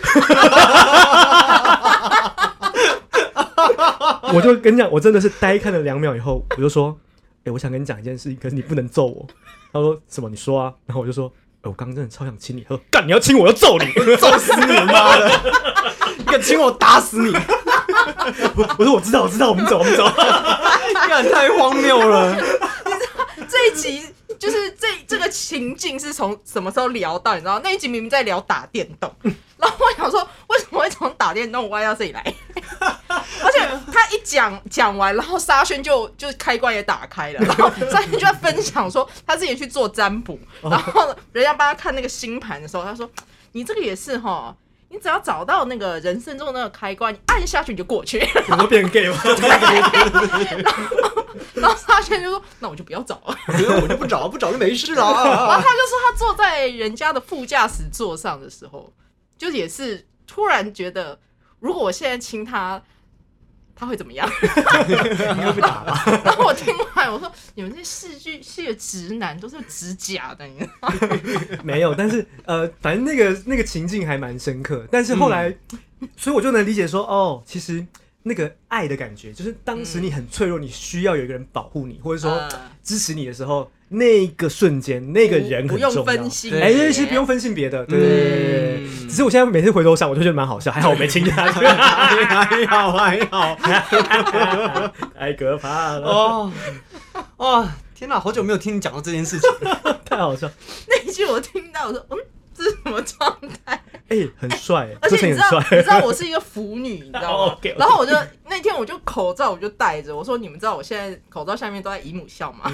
我就跟你讲，我真的是呆看了两秒以后，我就说。哎、欸，我想跟你讲一件事情，可是你不能揍我。他说什么？你说啊。然后我就说，欸、我刚刚真的超想亲你。他说干，你要亲我，要揍你， 揍死你妈的！你敢亲我，打死你！ 我我说我知道，我知道，我们走，我们走。 干太荒谬了！ 这一集就是这这个情境是从什么时候聊到？你知道那一集明明在聊打电动，然后我想说，为什么会从打电动歪到这里来？ 而且他一讲讲完，然后沙宣就就开关也打开了，然后沙宣就在分享说他之前去做占卜，然后人家帮他看那个星盘的时候，他说你这个也是哈。你只要找到那个人生中的那个开关，你按下去你就过去。 我都变 gay 吗？ 然后，然后沙宣就说：“那我就不要找了， 我就不找，不找就没事了。” 然后他就说，他坐在人家的副驾驶座上的时候，就也是突然觉得，如果我现在亲他，他会怎么样？ 应该被打吧？ 然后我听完，我说：“你们这戏剧系的直男都是指假的。”你知道吗？ 没有，但是呃，反正那个那个情境还蛮深刻。但是后来，嗯、所以我就能理解说，哦，其实那个爱的感觉，就是当时你很脆弱，你需要有一个人保护你，或者说支持你的时候，那个瞬间，那个人很重要。 不用分心， 哎，其实不用分性别的，对对对。嗯、只是我现在每次回头想，我就觉得蛮好笑，还好我没亲他， 还好还好， 太可怕了哦哦！天哪，好久没有听你讲到这件事情， 太好笑。 那一句我听到，我说嗯。这是什么状态？ 哎、欸，很帅， 而且你知道， 你知道我是一个腐女，你知道吗？ oh, okay, okay. 然后我就那天我就口罩我就戴着，我说你们知道我现在口罩下面都在姨母笑吗？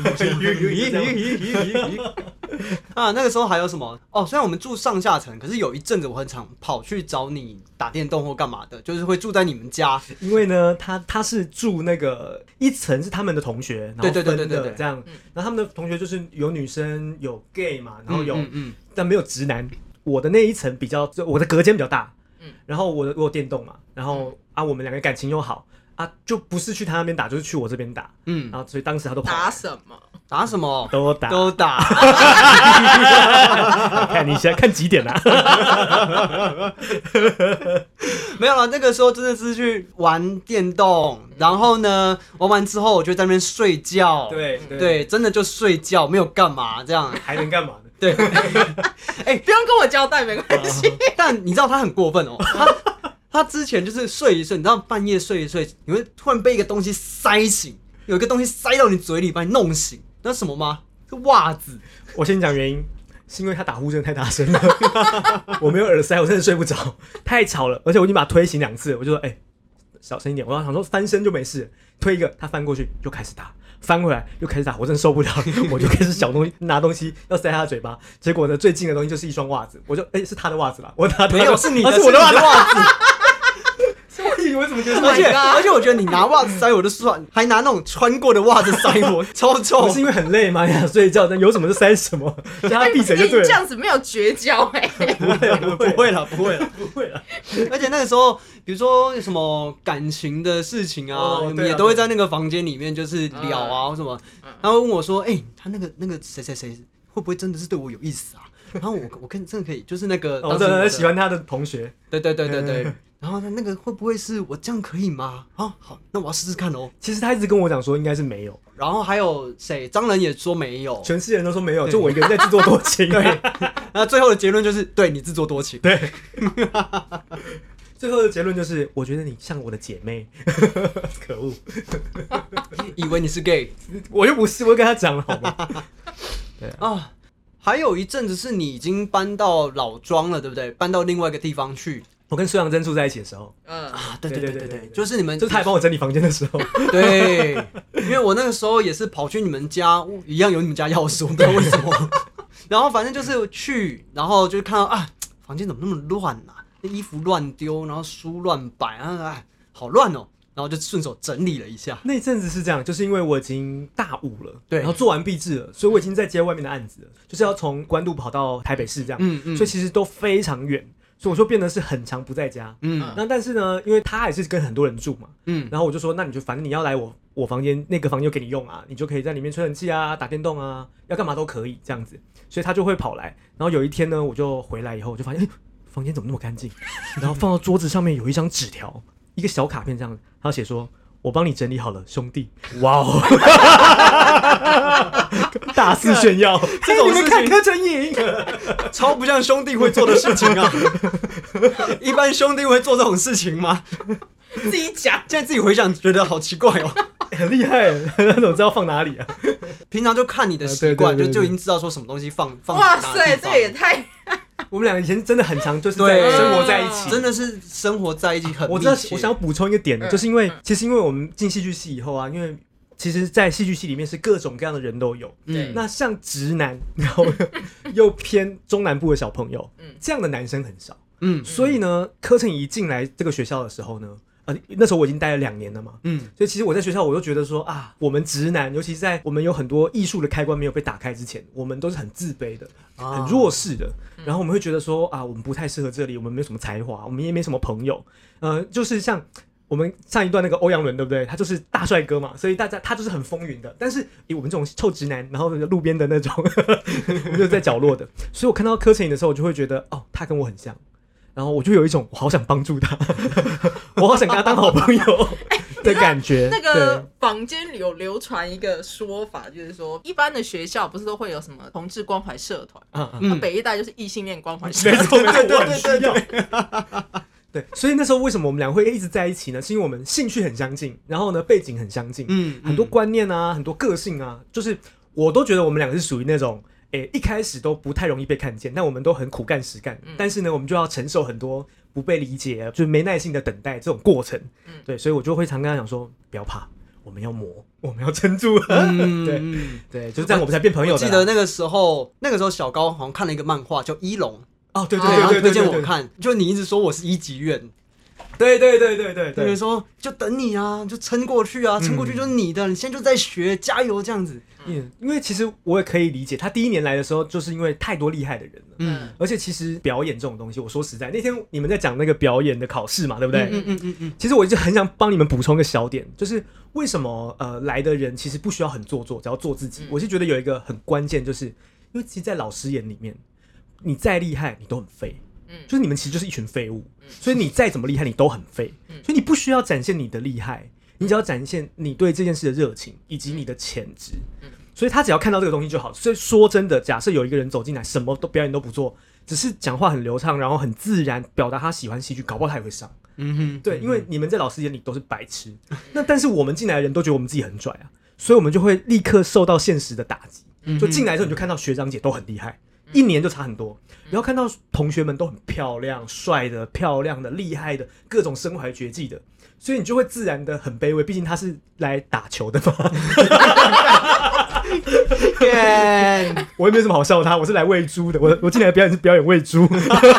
啊，那个时候还有什么？哦，虽然我们住上下层，可是有一阵子我很常跑去找你打电动或干嘛的，就是会住在你们家。 因为呢，他他是住那个一层是他们的同学，然后分的对对对对对这样，嗯、然后他们的同学就是有女生有 gay 嘛，然后有。 嗯嗯嗯但没有直男，我的那一层比较，我的隔间比较大，嗯，然后我的我有电动嘛，然后、嗯、啊我们两个感情又好啊，就不是去他那边打，就是去我这边打，嗯，然后所以当时他都跑打什么打什么都打都打， 看你现在看几点啦、啊？ 没有了，那个时候真的是去玩电动，然后呢玩完之后我就在那边睡觉， 对 对, 对，真的就睡觉，没有干嘛，这样还能干嘛呢？ 对， 哎、欸，不用跟我交代，没关系。 但你知道他很过分哦，他他之前就是睡一睡，你知道半夜睡一睡，你会突然被一个东西塞醒，有一个东西塞到你嘴里，把你弄醒，那是什么吗？是袜子。 我先讲原因，是因为他打呼真的太大声了，我没有耳塞，我真的睡不着，太吵了，而且我已经把他推醒两次，我就说，哎、欸，小声一点。我想说翻身就没事，推一个，他翻过去又开始打。翻回来又开始打，我真的受不了，我就开始小东西拿东西要塞他的嘴巴，结果呢最近的东西就是一双袜子，我就哎、欸、是他的袜子吧，我拿没有是你的， 啊、是我的袜子， 所以我怎么觉得？而且、oh、而且我觉得你拿袜子塞我就算，还拿那种穿过的袜子塞我，超臭。 不是因为很累吗？想睡觉，但有什么就塞什么，叫他闭嘴就对了。 你这样子没有绝交哎、欸？ 不会了， 不会了，不会了， 不会了。 而且那个时候，比如说什么感情的事情啊，我、哦、们、啊、也都会在那个房间里面就是聊啊，或、嗯、什么。他会问我说：“哎、欸，他那个那个谁谁谁会不会真的是对我有意思啊？”然后我我跟真的可以，就是那个当时我喜欢他的同学， 对对对对对。嗯、然后他那个会不会是我这样可以吗？啊，好，那我要试试看哦。 其实他一直跟我讲说应该是没有， 然后还有谁？张仁也说没有， 全世界人都说没有，就我一个人在自作多情。 对，然后最后的结论就是对你自作多情。 对。最后的结论就是，我觉得你像我的姐妹，可恶！ 以为你是 gay， 我又不是，我跟他讲了好吗？对啊， 啊，还有一阵子是你已经搬到老庄了，对不对？搬到另外一个地方去。 我跟苏阳珍住在一起的时候， 嗯啊，对对对对对，就是你们， 就是他还帮我整理房间的时候， 对，因为我那个时候也是跑去你们家，一样有你们家钥匙，我不知道为什么。然后反正就是去，然后就看到啊，房间怎么那么乱啊？衣服乱丢，然后书乱摆啊，哎，好乱哦！然后就顺手整理了一下。 那阵子是这样，就是因为我已经大五了， 对， 然后做完毕制了，所以我已经在接外面的案子了，就是要从关渡跑到台北市这样，嗯嗯，所以其实都非常远，所以我说变得是很常不在家，嗯，那但是呢，因为他还是跟很多人住嘛，嗯，然后我就说，那你就反正你要来我我房间，那个房间就给你用啊，你就可以在里面吹冷气啊，打电动啊，要干嘛都可以这样子，所以他就会跑来，然后有一天呢，我就回来以后，我就发现，欸房间怎么那么干净？然后放到桌子上面有一张纸条，一个小卡片这样，他写说：“我帮你整理好了，兄弟。”哇哦！大肆炫耀， 这种事情柯震影超不像兄弟会做的事情啊！一般兄弟会做这种事情吗？ 自己讲， 现在自己回想觉得好奇怪哦， 很厉害，那怎么知道放哪里啊？ 平常就看你的习惯，就就已经知道说什么东西放放。 哇塞，这也太…… 我们两个以前真的很常就是在对生活在一起， 真的是生活在一起很密切。 我知道，我想要补充一个点的， 嗯就是因为其实因为我们进戏剧系以后啊，因为其实，在戏剧系里面是各种各样的人都有。 嗯， 那像直男，然后又偏中南部的小朋友， 嗯这样的男生很少。 嗯所以呢，柯晨怡进来这个学校的时候呢，呃，那时候我已经待了两年了嘛。 嗯所以其实我在学校，我就觉得说啊，我们直男，尤其是在我们有很多艺术的开关没有被打开之前，我们都是很自卑的， 啊很弱势的。然后我们会觉得说啊，我们不太适合这里，我们没有什么才华，我们也没什么朋友。呃，就是像我们上一段那个欧阳伦，对不对？他就是大帅哥嘛，所以大家他就是很风云的。但是以我们这种臭直男，然后路边的那种，我们就在角落的。所以我看到柯晨怡的时候，我就会觉得哦，他跟我很像。然后我就有一种我好想帮助他，我好想跟他当好朋友的感觉。 那个坊间里有流传一个说法，就是说一般的学校不是都会有什么同志关怀社团， 啊， 那北艺大就是异性恋关怀社团。 没错没错， 对对我很需要。 对对，所以那时候为什么我们俩会一直在一起呢？是因为我们兴趣很相近，然后呢背景很相近， 嗯很多观念啊，很多个性啊，就是我都觉得我们两个是属于那种，诶、一开始都不太容易被看见，但我们都很苦干实干， 嗯但是呢，我们就要承受很多不被理解，就是没耐心的等待这种过程。 嗯对，所以我就会常跟他讲说，不要怕，我们要磨，我们要撑住。 嗯对嗯对，就这样我们才变朋友我的啦。 记得那个时候，那个时候小高好像看了一个漫画叫《一龙》， 哦，对对对，然后对对对， 推荐我对， 看，就你一直说我是一级院， 对对对对对对， 对，说就等你啊，就撑过去啊，撑过去就是你的，你现在就在学，加油这样子。 嗯，因为其实我也可以理解，他第一年来的时候，就是因为太多厉害的人了。 嗯而且其实表演这种东西，我说实在，那天你们在讲那个表演的考试嘛，对不对？ 嗯嗯嗯嗯其实我一直很想帮你们补充个小点，就是为什么呃来的人其实不需要很做作，只要做自己。 嗯我是觉得有一个很关键，就是因为其实，在老师眼里面，你再厉害，你都很废。 嗯就是你们其实就是一群废物，所以你再怎么厉害，你都很废。 嗯所以你不需要展现你的厉害，你只要展现你对这件事的热情以及你的潜质。 嗯所以他只要看到这个东西就好。所以说真的，假设有一个人走进来，什么都表演都不做，只是讲话很流畅，然后很自然表达他喜欢戏剧，搞不好他也会上。 嗯哼， 对，因为你们在老师眼里都是白痴，那但是我们进来的人都觉得我们自己很拽啊，所以我们就会立刻受到现实的打击。就进来的时候你就看到学长姐都很厉害，一年就差很多，然后看到同学们都很漂亮、帅的、漂亮的、厉害的，各种身怀绝技的，所以你就会自然的很卑微，毕竟他是来打球的嘛。我也没什么好笑他，我是来喂猪的，我我进来的表演是表演喂猪。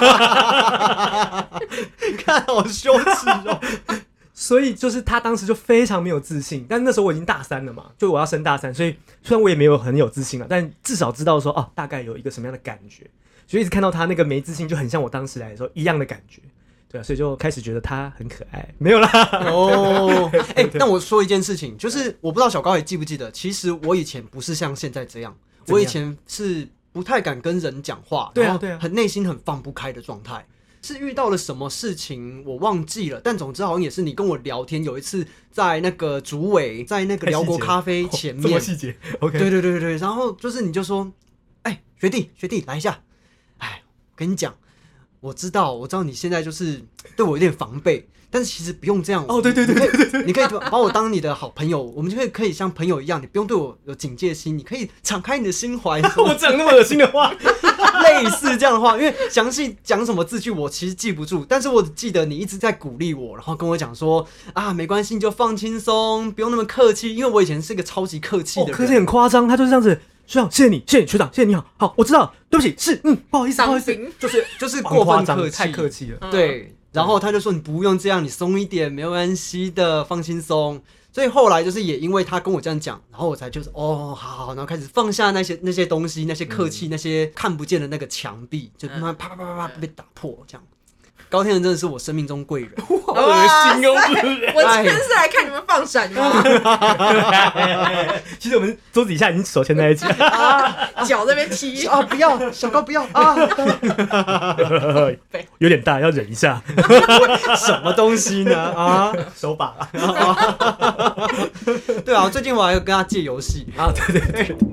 看好羞耻哦。 所以就是他当时就非常没有自信，但那时候我已经大三了嘛，就我要升大三，所以虽然我也没有很有自信了，但至少知道说哦，大概有一个什么样的感觉，所以一直看到他那个没自信，就很像我当时来的时候一样的感觉，对啊，所以就开始觉得他很可爱，没有啦。 哦，哎、那我说一件事情，就是我不知道小高也记不记得，其实我以前不是像现在这样， 怎么样我以前是不太敢跟人讲话，然后对啊对啊很内心很放不开的状态。是遇到了什么事情我忘记了，但总之好像也是你跟我聊天，有一次在那个竹尾，在那个辽国咖啡前这么面， 细节 ，OK， 对对对对对，然后就是你就说，哎、学弟学弟来一下，哎，我跟你讲，我知道我知道你现在就是对我有点防备，但是其实不用这样哦对对对对对对，你可以把我当你的好朋友，我们就可以可以像朋友一样，你不用对我有警戒心，你可以敞开你的心怀。 我讲那么恶心的话， 类似这样的话，因为详细讲什么字句我其实记不住，但是我记得你一直在鼓励我，然后跟我讲说啊，没关系，你就放轻松，不用那么客气，因为我以前是个超级客气的人， 哦，可是很夸张，他就是这样子。学长，谢谢你，谢谢你，学长，谢谢你好，好，我知道，对不起，是，嗯，不好意思，不好意思， 就是就是过分客气， 太客气了。 对，然后他就说你不用这样，你松一点，没有关系的，放轻松。所以后来就是也因为他跟我这样讲，然后我才就是哦，好好，然后开始放下那些那些东西，那些客气，那些看不见的那个墙壁，就慢慢啪啪啪啪啪被打破，这样。高天仁真的是我生命中贵人， 好恶心哦！ 我今天是来看你们放闪的吗？ 其实我们桌子底下已经手牵在一起了， 啊，脚这边踢啊！不要，小高不要啊！ 有点大，要忍一下。 什么东西呢？啊， 手把啊！ 对啊，最近我还有跟他借游戏啊，对对对。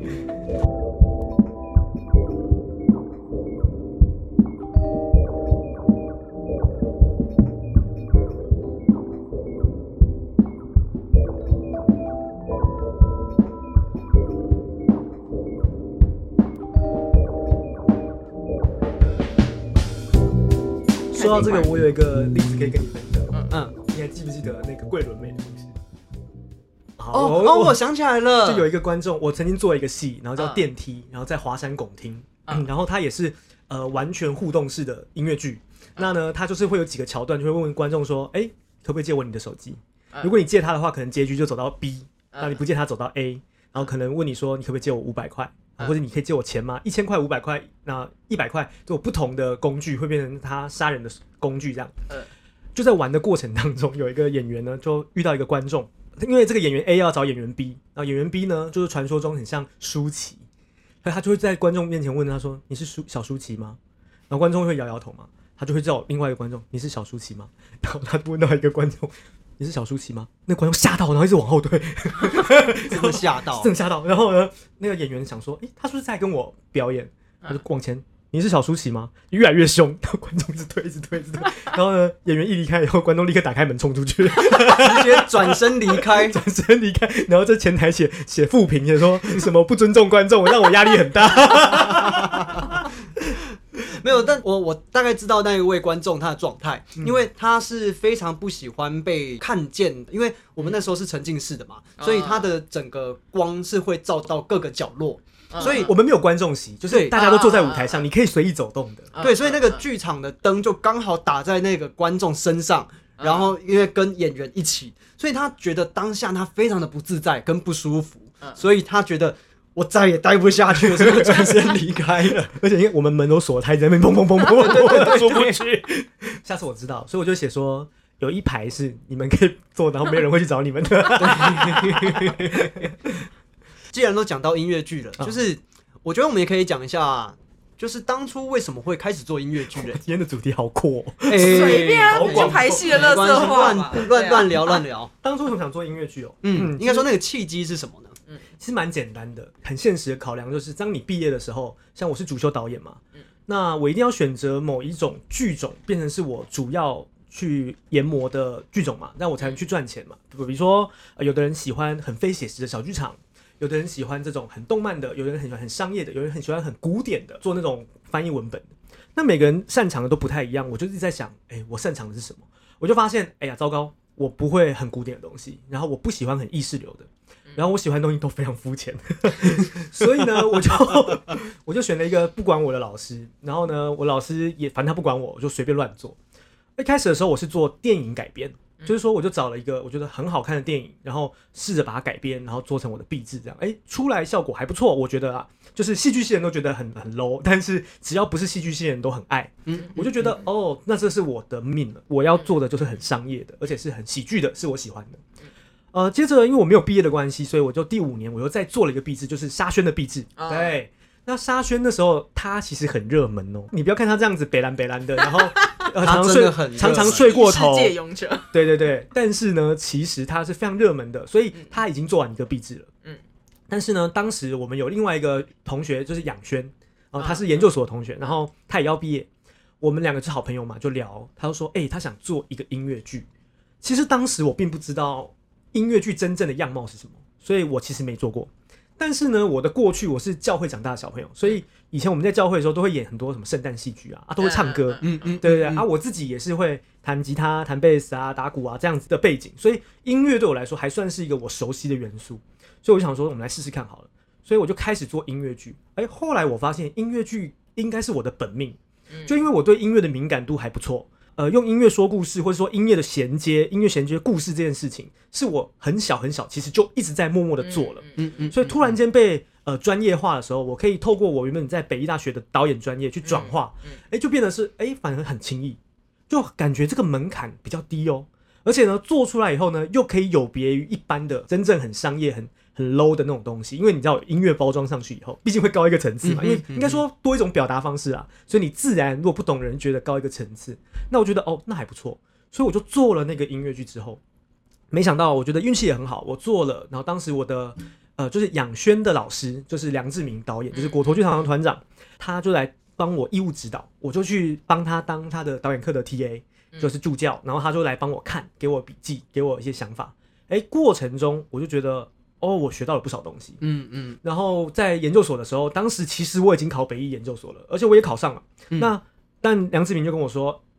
说到这个，我有一个例子可以跟你分享。 嗯嗯， 你还记不记得那个桂纶镁的故事？ 哦哦，我想起来了， 就有一个观众，我曾经做一个戏，然后叫《电梯》，然后在华山拱厅，嗯、然后它也是呃完全互动式的音乐剧。那呢，它就是会有几个桥段，就会问问观众说：“哎、欸，可不可以借我你的手机？如果你借他的话，可能结局就走到 B； 那你不借他走到 A， 然后可能问你说：你可不可以借我五百块？或者你可以借我钱吗？一千块、五百块，那一百块，就有不同的工具会变成他杀人的工具这样。就在玩的过程当中，有一个演员呢，就遇到一个观众。”因为这个演员 A 要找演员 B， 然后演员 B 呢，就是传说中很像舒淇，所以他就会在观众面前问他说：“你是舒小舒淇吗？”然后观众会摇摇头嘛，他就会叫另外一个观众：“你是小舒淇吗？”然后他问到一个观众：“你是小舒淇吗？”那个观众吓到，然后一直往后退， 真的吓到， 真的吓到。然后呢，那个演员想说：“哎、欸，他是不是在跟我表演？”他就往前。你是小舒淇吗？越来越凶，然后观众一直推，一直推，一直推。然后呢，演员一离开以后，观众立刻打开门冲出去， 直接转身离开， 转身离开。然后在前台写写负评，也说你什么不尊重观众，让我压力很大。 没有，但我我大概知道那一位观众他的状态，嗯、因为他是非常不喜欢被看见的，因为我们那时候是沉浸式的嘛，嗯、所以他的整个光是会照到各个角落。所以我们没有观众席，就是大家都坐在舞台上，你可以随意走动的。 对，所以那个剧场的灯就刚好打在那个观众身上，然后因为跟演员一起，所以他觉得当下他非常的不自在跟不舒服，所以他觉得我再也待不下去了，所以转身离开了。 而且因为我们门都锁，他在那边砰砰砰砰砰出不去。下次我知道，所以我就写说有一排是你们可以坐，然后没人会去找你们的。 既然都讲到音乐剧了，就是我觉得我们也可以讲一下，就是当初为什么会开始做音乐剧的。 今天的主题好阔、哦， 哎、欸，随便啊，就排戏的垃圾话嘛， 乱乱聊乱聊。 当初为什么想做音乐剧哦？ 嗯，嗯应该说那个契机是什么呢？ 嗯，其实蛮简单的，很现实的考量就是，当你毕业的时候，像我是主修导演嘛，嗯、那我一定要选择某一种剧种变成是我主要去研磨的剧种嘛，那我才能去赚钱嘛。比如说，呃、有的人喜欢很非写实的小剧场。有的人喜欢这种很动漫的，有的人很喜欢很商业的，有人很喜欢很古典的，做那种翻译文本的。那每个人擅长的都不太一样，我就一直在想，哎、欸，我擅长的是什么？我就发现，哎呀，糟糕，我不会很古典的东西，然后我不喜欢很意识流的，然后我喜欢的东西都非常肤浅，所以呢，我就我就选了一个不管我的老师，然后呢，我老师也反正他不管我，我就随便乱做。一开始的时候，我是做电影改编。就是说，我就找了一个我觉得很好看的电影，然后试着把它改编，然后做成我的壁纸，这样，哎，出来效果还不错，我觉得啊，就是戏剧系人都觉得很很 low， 但是只要不是戏剧系人都很爱，嗯，我就觉得、嗯、哦，那这是我的命了，我要做的就是很商业的，而且是很喜剧的，是我喜欢的。呃，接着因为我没有毕业的关系，所以我就第五年我又再做了一个壁纸，就是沙宣的壁纸，哦、对。那沙宣的时候，他其实很热门哦。你不要看他这样子北蓝北蓝的，然后、呃、常常睡常常睡过头， 世界勇者。 对对对，但是呢，其实他是非常热门的，所以他已经做完一个壁纸了。嗯，但是呢，当时我们有另外一个同学就是养轩，然后他是研究所的同学，然后他也要毕业，我们两个是好朋友嘛，就聊，他就说，哎、欸，他想做一个音乐剧。其实当时我并不知道音乐剧真正的样貌是什么，所以我其实没做过。但是呢，我的过去我是教会长大的小朋友，所以以前我们在教会的时候都会演很多什么圣诞戏剧啊，啊都会唱歌，嗯嗯，对对对，啊我自己也是会弹吉他、弹贝斯啊、打鼓啊这样子的背景，所以音乐对我来说还算是一个我熟悉的元素，所以我就想说我们来试试看好了，所以我就开始做音乐剧。哎，后来我发现音乐剧应该是我的本命，就因为我对音乐的敏感度还不错。呃，用音乐说故事，或者说音乐的衔接、音乐衔接故事这件事情，是我很小很小，其实就一直在默默的做了。嗯嗯，所以突然间被呃专业化的时候，我可以透过我原本在北艺大学的导演专业去转化，哎、嗯嗯欸，就变得是哎、欸，反而很轻易，就感觉这个门槛比较低哦。而且呢，做出来以后呢，又可以有别于一般的真正很商业、很很 low 的那种东西，因为你知道音乐包装上去以后，毕竟会高一个层次嘛，因为应该说多一种表达方式啊，所以你自然如果不懂人觉得高一个层次，那我觉得哦那还不错，所以我就做了那个音乐剧之后，没想到我觉得运气也很好，我做了，然后当时我的呃就是养轩的老师就是梁志明导演，就是果陀剧场的团长，他就来帮我义务指导，我就去帮他当他的导演课的 T A， 就是助教，然后他就来帮我看，给我笔记，给我一些想法，哎，过程中我就觉得。哦，我学到了不少东西。嗯嗯。然后在研究所的时候，当时其实我已经考北艺研究所了，而且我也考上了。嗯、那但梁志明就跟我说，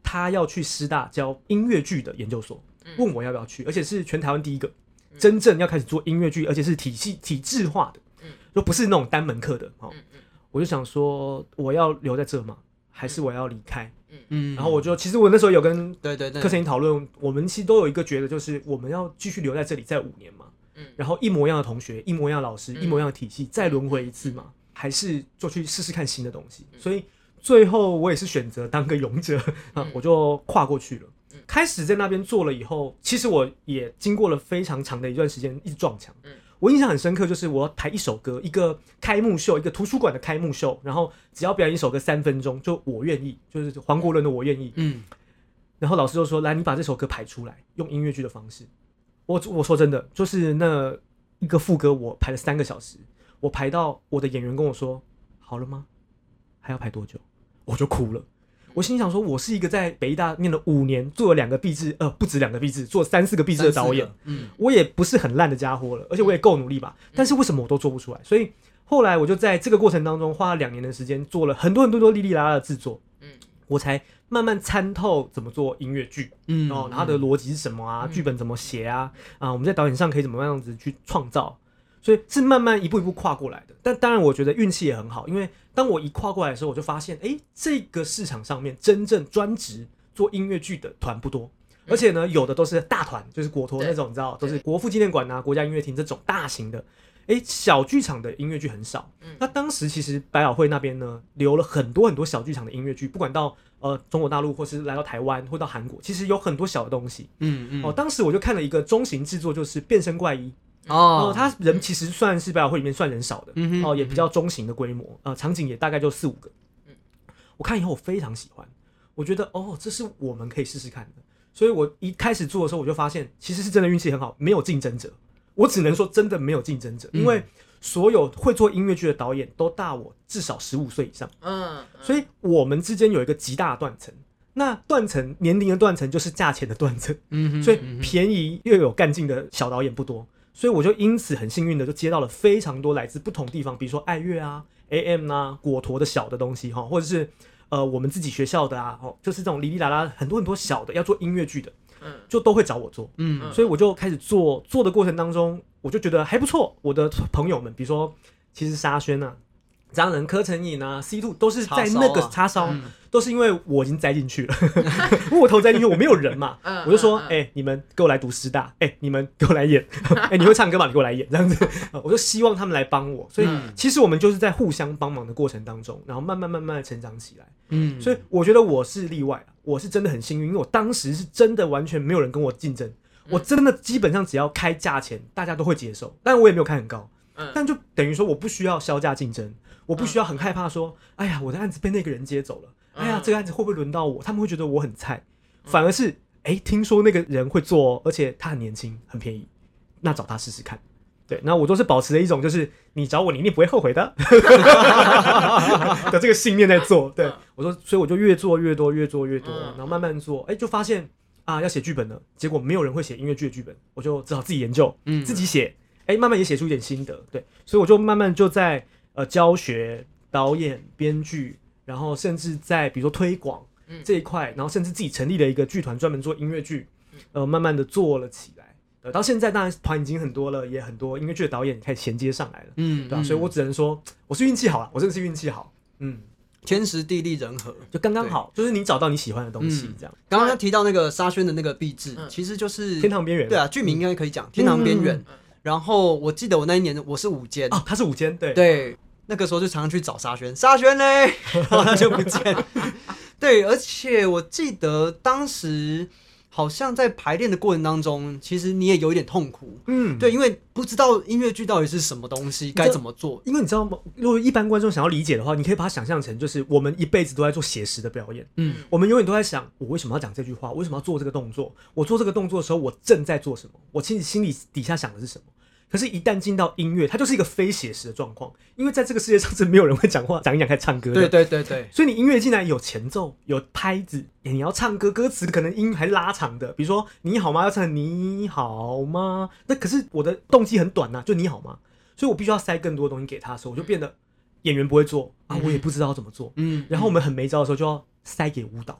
他要去师大教音乐剧的研究所，问我要不要去，而且是全台湾第一个真正要开始做音乐剧，而且是体系体制化的，就不是那种单门课的。哦，我就想说，我要留在这吗？还是我要离开？嗯，然后我就其实我那时候有跟对对对柯晨怡讨论，我们其实都有一个觉得，就是我们要继续留在这里再五年嘛，嗯，然后一模一样的同学，一模一样的老师，嗯，一模一样的体系，再轮回一次嘛，还是就去试试看新的东西。所以最后我也是选择当个勇者，啊，我就跨过去了。开始在那边做了以后，其实我也经过了非常长的一段时间一直撞墙。我印象很深刻，就是我要排一首歌，一个开幕秀，一个图书馆的开幕秀，然后只要表演一首歌三分钟，就我愿意，就是黄国伦的我愿意。嗯，然后老师就说：“来，你把这首歌排出来，用音乐剧的方式。我”我我说真的，就是那一个副歌，我排了三个小时，我排到我的演员跟我说：“好了吗？还要排多久？”我就哭了。我心想说，我是一个在北艺大念了五年，做了两个毕制，呃，不止两个毕制，做三四个毕制的导演，嗯，我也不是很烂的家伙了，而且我也够努力吧，嗯，但是为什么我都做不出来？所以后来我就在这个过程当中花了两年的时间，做了很多很多多哩哩啦啦的制作，嗯，我才慢慢参透怎么做音乐剧，嗯，哦，它的逻辑是什么啊，剧，嗯，本怎么写啊，啊，我们在导演上可以怎么样子去创造。所以是慢慢一步一步跨过来的，但当然我觉得运气也很好，因为当我一跨过来的时候，我就发现，哎，这个市场上面真正专职做音乐剧的团不多，而且呢，有的都是大团，就是国托那种，你知道，都是国父纪念馆啊、国家音乐厅这种大型的，哎，小剧场的音乐剧很少。那当时其实百老汇那边呢，留了很多很多小剧场的音乐剧，不管到呃中国大陆，或是来到台湾，或到韩国，其实有很多小的东西。嗯嗯。哦，当时我就看了一个中型制作，就是《变身怪医》。哦, 哦，他人其实算是百老汇里面算人少的，嗯，哦，也比较中型的规模，呃，场景也大概就四五个。我看以后我非常喜欢，我觉得哦，这是我们可以试试看的。所以我一开始做的时候，我就发现其实是真的运气很好，没有竞争者。我只能说真的没有竞争者，因为所有会做音乐剧的导演都大我至少十五岁以上，嗯，所以我们之间有一个极大的断层。那断层年龄的断层就是价钱的断层，嗯，所以便宜又有干劲的小导演不多。所以我就因此很幸运的就接到了非常多来自不同地方，比如说爱乐啊、A M 啊、果陀的小的东西哈，或者是呃我们自己学校的啊，就是这种哩哩啦啦很多很多小的要做音乐剧的，就都会找我做，嗯，所以我就开始做，做的过程当中，我就觉得还不错。我的朋友们，比如说其实沙宣啊、张仁、柯晨颖啊、C 二 都是在那个叉烧。都是因为我已经栽进去了，因为我头栽进去，我没有人嘛，嗯、我就说，哎、欸，你们给我来读师大，哎、欸，你们给我来演，哎、欸，你会唱歌吗？你给我来演，这样子，我就希望他们来帮我。所以、嗯、其实我们就是在互相帮忙的过程当中，然后慢慢慢慢的成长起来。嗯，所以我觉得我是例外，我是真的很幸运，因为我当时是真的完全没有人跟我竞争，我真的基本上只要开价钱，大家都会接受，但我也没有开很高，但就等于说我不需要销价竞争，我不需要很害怕说，哎呀，我的案子被那个人接走了。哎呀，这个案子会不会轮到我？他们会觉得我很菜，反而是哎、欸，听说那个人会做、哦，而且他很年轻，很便宜，那找他试试看。对，那我都是保持了一种就是你找我，你一定不会后悔的的这个信念在做。对，我说，所以我就越做越多，越做越多，然后慢慢做，哎、欸，就发现啊，要写剧本了，结果没有人会写音乐剧的剧本，我就只好自己研究，嗯，自己写，哎、欸，慢慢也写出一点心得。对，所以我就慢慢就在呃教学、导演、编剧。然后甚至在比如说推广这一块，然后甚至自己成立了一个剧团，专门做音乐剧，呃，慢慢的做了起来。呃，到现在当然团已经很多了，也很多音乐剧的导演开始衔接上来了，嗯，对吧、啊？所以我只能说我是运气好了，我真的是运气好，嗯， 天时地利人和， 就刚刚好，就是你找到你喜欢的东西，这样。 刚刚他提到那个沙宣的那个壁纸，嗯、其实就是天堂边缘， 对啊，剧名应该可以讲、嗯、天堂边缘。嗯、然后我记得我那一年我是五间哦，他是五间，对对。那个时候就常常去找沙宣，沙宣嘞，然后他就不见。对，而且我记得当时好像在排练的过程当中，其实你也有一点痛苦，嗯，对，因为不知道音乐剧到底是什么东西，该怎么做。 因为你知道吗？如果一般观众想要理解的话，你可以把它想象成就是我们一辈子都在做写实的表演，嗯，我们永远都在想，我为什么要讲这句话？我为什么要做这个动作？我做这个动作的时候，我正在做什么？我其实心里底下想的是什么？可是，一旦进到音乐，它就是一个非写实的状况，因为在这个世界上是没有人会讲话、讲一讲开始唱歌的。 对对对对。 所以你音乐进来有前奏、有拍子，你要唱歌，歌词可能音还拉长的，比如说“你好吗”要唱“你好吗”，那可是我的动机很短呐、啊，就“你好吗”，所以我必须要塞更多东西给他的时候，我就变得演员不会做啊，我也不知道怎么做，嗯，然后我们很没招的时候就要塞给舞蹈。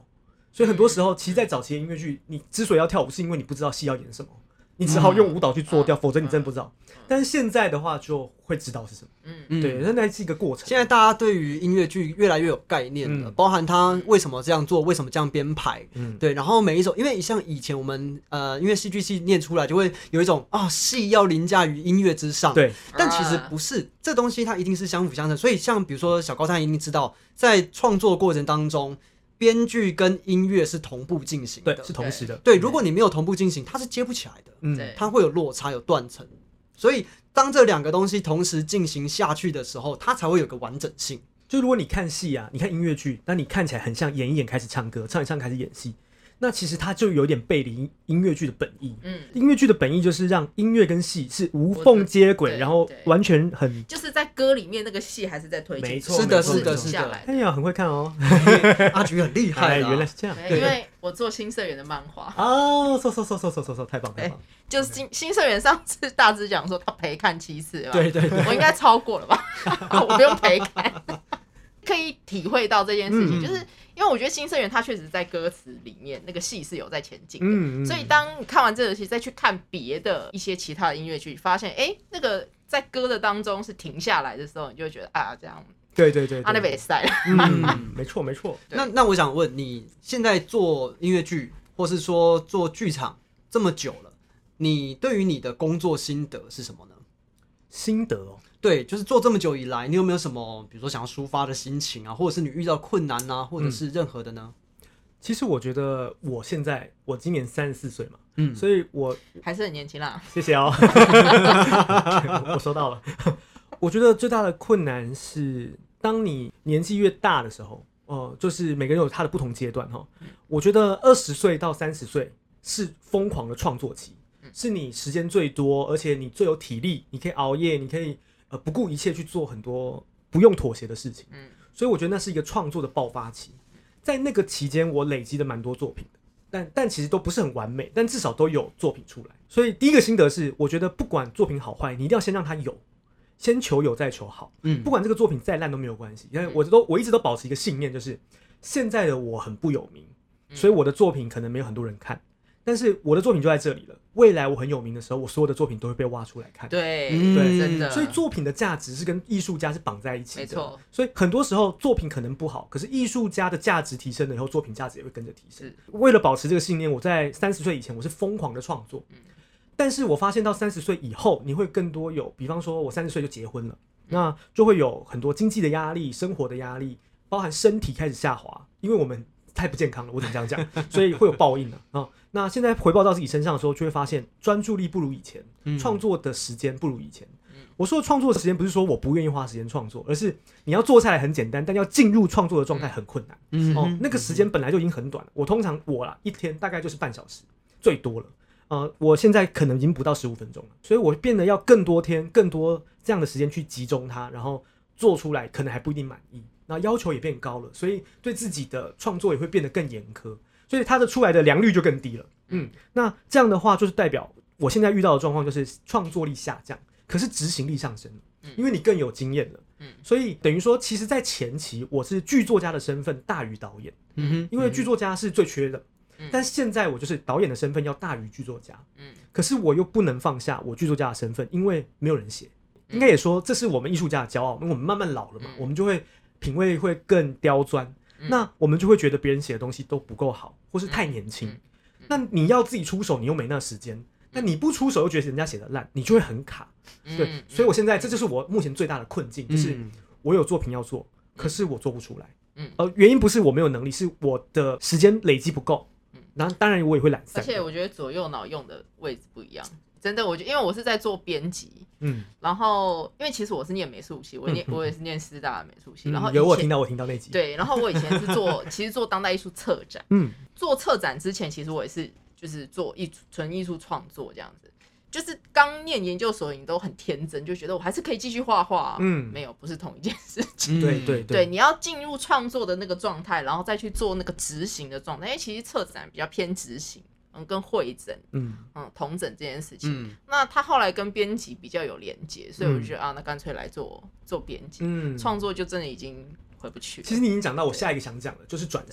所以很多时候，其实，在早期的音乐剧，你之所以要跳舞，是因为你不知道戏要演什么，你只好用舞蹈去做掉，否则你真的不知道。但是现在的话，就会知道是什么。嗯，对，那那是一个过程。 现在大家对于音乐剧越来越有概念了，嗯、包含他为什么这样做，为什么这样编排，嗯，对。然后每一首，因为像以前我们呃，因为戏剧系念出来，就会有一种啊，戏要凌驾于音乐之上。 对， 但其实不是，这东西它一定是相辅相成。所以像比如说小高他一定知道，在创作过程当中。编剧跟音乐是同步进行的， 对，是同时的。 对，如果你没有同步进行，它是接不起来的，嗯，它会有落差，有断层。所以当这两个东西同时进行下去的时候，它才会有个完整性。 就如果你看戏啊，你看音乐剧，那你看起来很像演一演开始唱歌，唱一唱开始演戏。那其实它就有点背离音乐剧的本意。嗯，音乐剧的本意就是让音乐跟戏是无缝接轨，然后完全很就是在歌里面那个戏还是在推进。 没错， 是的，是的，是的。 哎呀，很会看哦， 阿菊很厉害、 啊，原来是这样。 因为我做新社员的漫画哦，嗖嗖嗖嗖嗖嗖嗖，太棒太棒！ 就是新新社员上次大致讲说他陪看七次， 对对对， 我应该超过了吧？我不用陪看。可以体会到这件事情，嗯、就是因为我觉得新社员他确实在歌词里面那个戏是有在前进的，嗯嗯、所以当你看完这个戏再去看别的一些其他的音乐剧，发现哎、欸，那个在歌的当中是停下来的时候，你就会觉得啊，这样对对对， 阿那北塞， 嗯，没错没错。 那那我想问你，现在做音乐剧或是说做剧场这么久了，你对于你的工作心得是什么呢？ 心得哦。 对，就是做这么久以来，你有没有什么，比如说想要抒发的心情啊，或者是你遇到困难啊，或者是任何的呢？ 嗯、其实我觉得我现在，我今年三十四岁嘛，嗯，所以我还是很年轻啦。 谢谢哦，我收到了。我觉得最大的困难是，当你年纪越大的时候，哦、呃，就是每个人有他的不同阶段哈。我觉得二十岁到三十岁是疯狂的创作期，是你时间最多，而且你最有体力，你可以熬夜，你可以。呃，不顾一切去做很多不用妥协的事情，嗯，所以我觉得那是一个创作的爆发期。在那个期间，我累积了蛮多作品的，但但其实都不是很完美，但至少都有作品出来。所以第一个心得是，我觉得不管作品好坏，你一定要先让它有，先求有再求好。嗯，不管这个作品再烂都没有关系，因为我都我一直都保持一个信念，就是现在的我很不有名，所以我的作品可能没有很多人看。但是我的作品就在这里了，未来我很有名的时候，我所有的作品都会被挖出来看。 对， 对， 真的。 所以作品的价值是跟艺术家是绑在一起的， 没错。 所以很多时候作品可能不好，可是艺术家的价值提升了以后，作品价值也会跟着提升。为了保持这个信念，我在三十岁以前我是疯狂的创作，嗯、但是我发现到三十岁以后，你会更多有，比方说我三十岁就结婚了，嗯、那就会有很多经济的压力、生活的压力，包含身体开始下滑，因为我们太不健康了，我只能这样讲，所以会有报应的啊。那现在回报到自己身上的时候，就会发现专注力不如以前，创、嗯、作的时间不如以前。嗯、我说的创作的时间，不是说我不愿意花时间创作，而是你要做下来很简单，但要进入创作的状态很困难。嗯、哦，那个时间本来就已经很短了。我通常我啦一天大概就是半小时，最多了。呃，我现在可能已经不到十五分钟了，所以我变得要更多天、更多这样的时间去集中它，然后做出来，可能还不一定满意。那要求也变高了，所以对自己的创作也会变得更严苛。所以它的出来的良率就更低了，嗯，那这样的话就是代表我现在遇到的状况就是创作力下降，可是执行力上升了，因为你更有经验了，嗯，所以等于说，其实，在前期我是剧作家的身份大于导演，嗯哼，因为剧作家是最缺的，嗯、但是现在我就是导演的身份要大于剧作家，嗯，可是我又不能放下我剧作家的身份，因为没有人写，应该也说这是我们艺术家的骄傲，因为我们慢慢老了嘛，嗯、我们就会品味会更刁钻。那我们就会觉得别人写的东西都不够好，或是太年轻。嗯嗯、那你要自己出手，你又没那时间。那你不出手又觉得人家写的烂，你就会很卡。嗯、对，所以我现在这就是我目前最大的困境，嗯、就是我有作品要做，可是我做不出来。嗯，呃，原因不是我没有能力，是我的时间累积不够。嗯，然后当然我也会懒散。 而且我觉得左右脑用的位置不一样。真的，我觉得因为我是在做编辑，嗯，然后因为其实我是念美术系，我念、嗯、我也是念师大的美术系，嗯、然后有我听到我听到那集， 对，然后我以前是做其实做当代艺术策展，嗯，做策展之前其实我也是就是做艺纯艺术创作这样子，就是刚念研究所你都很天真，就觉得我还是可以继续画画，嗯，没有，不是同一件事情， 嗯、对对对, 对，你要进入创作的那个状态，然后再去做那个执行的状态，因为其实策展比较偏执行。嗯，跟会诊，嗯嗯，统整这件事情，嗯、那他后来跟编辑比较有连结，所以我就觉得、嗯、啊，那干脆来做做编辑，嗯，创作就真的已经回不去了。 其实你已经讲到我下一个想讲的，就是转型，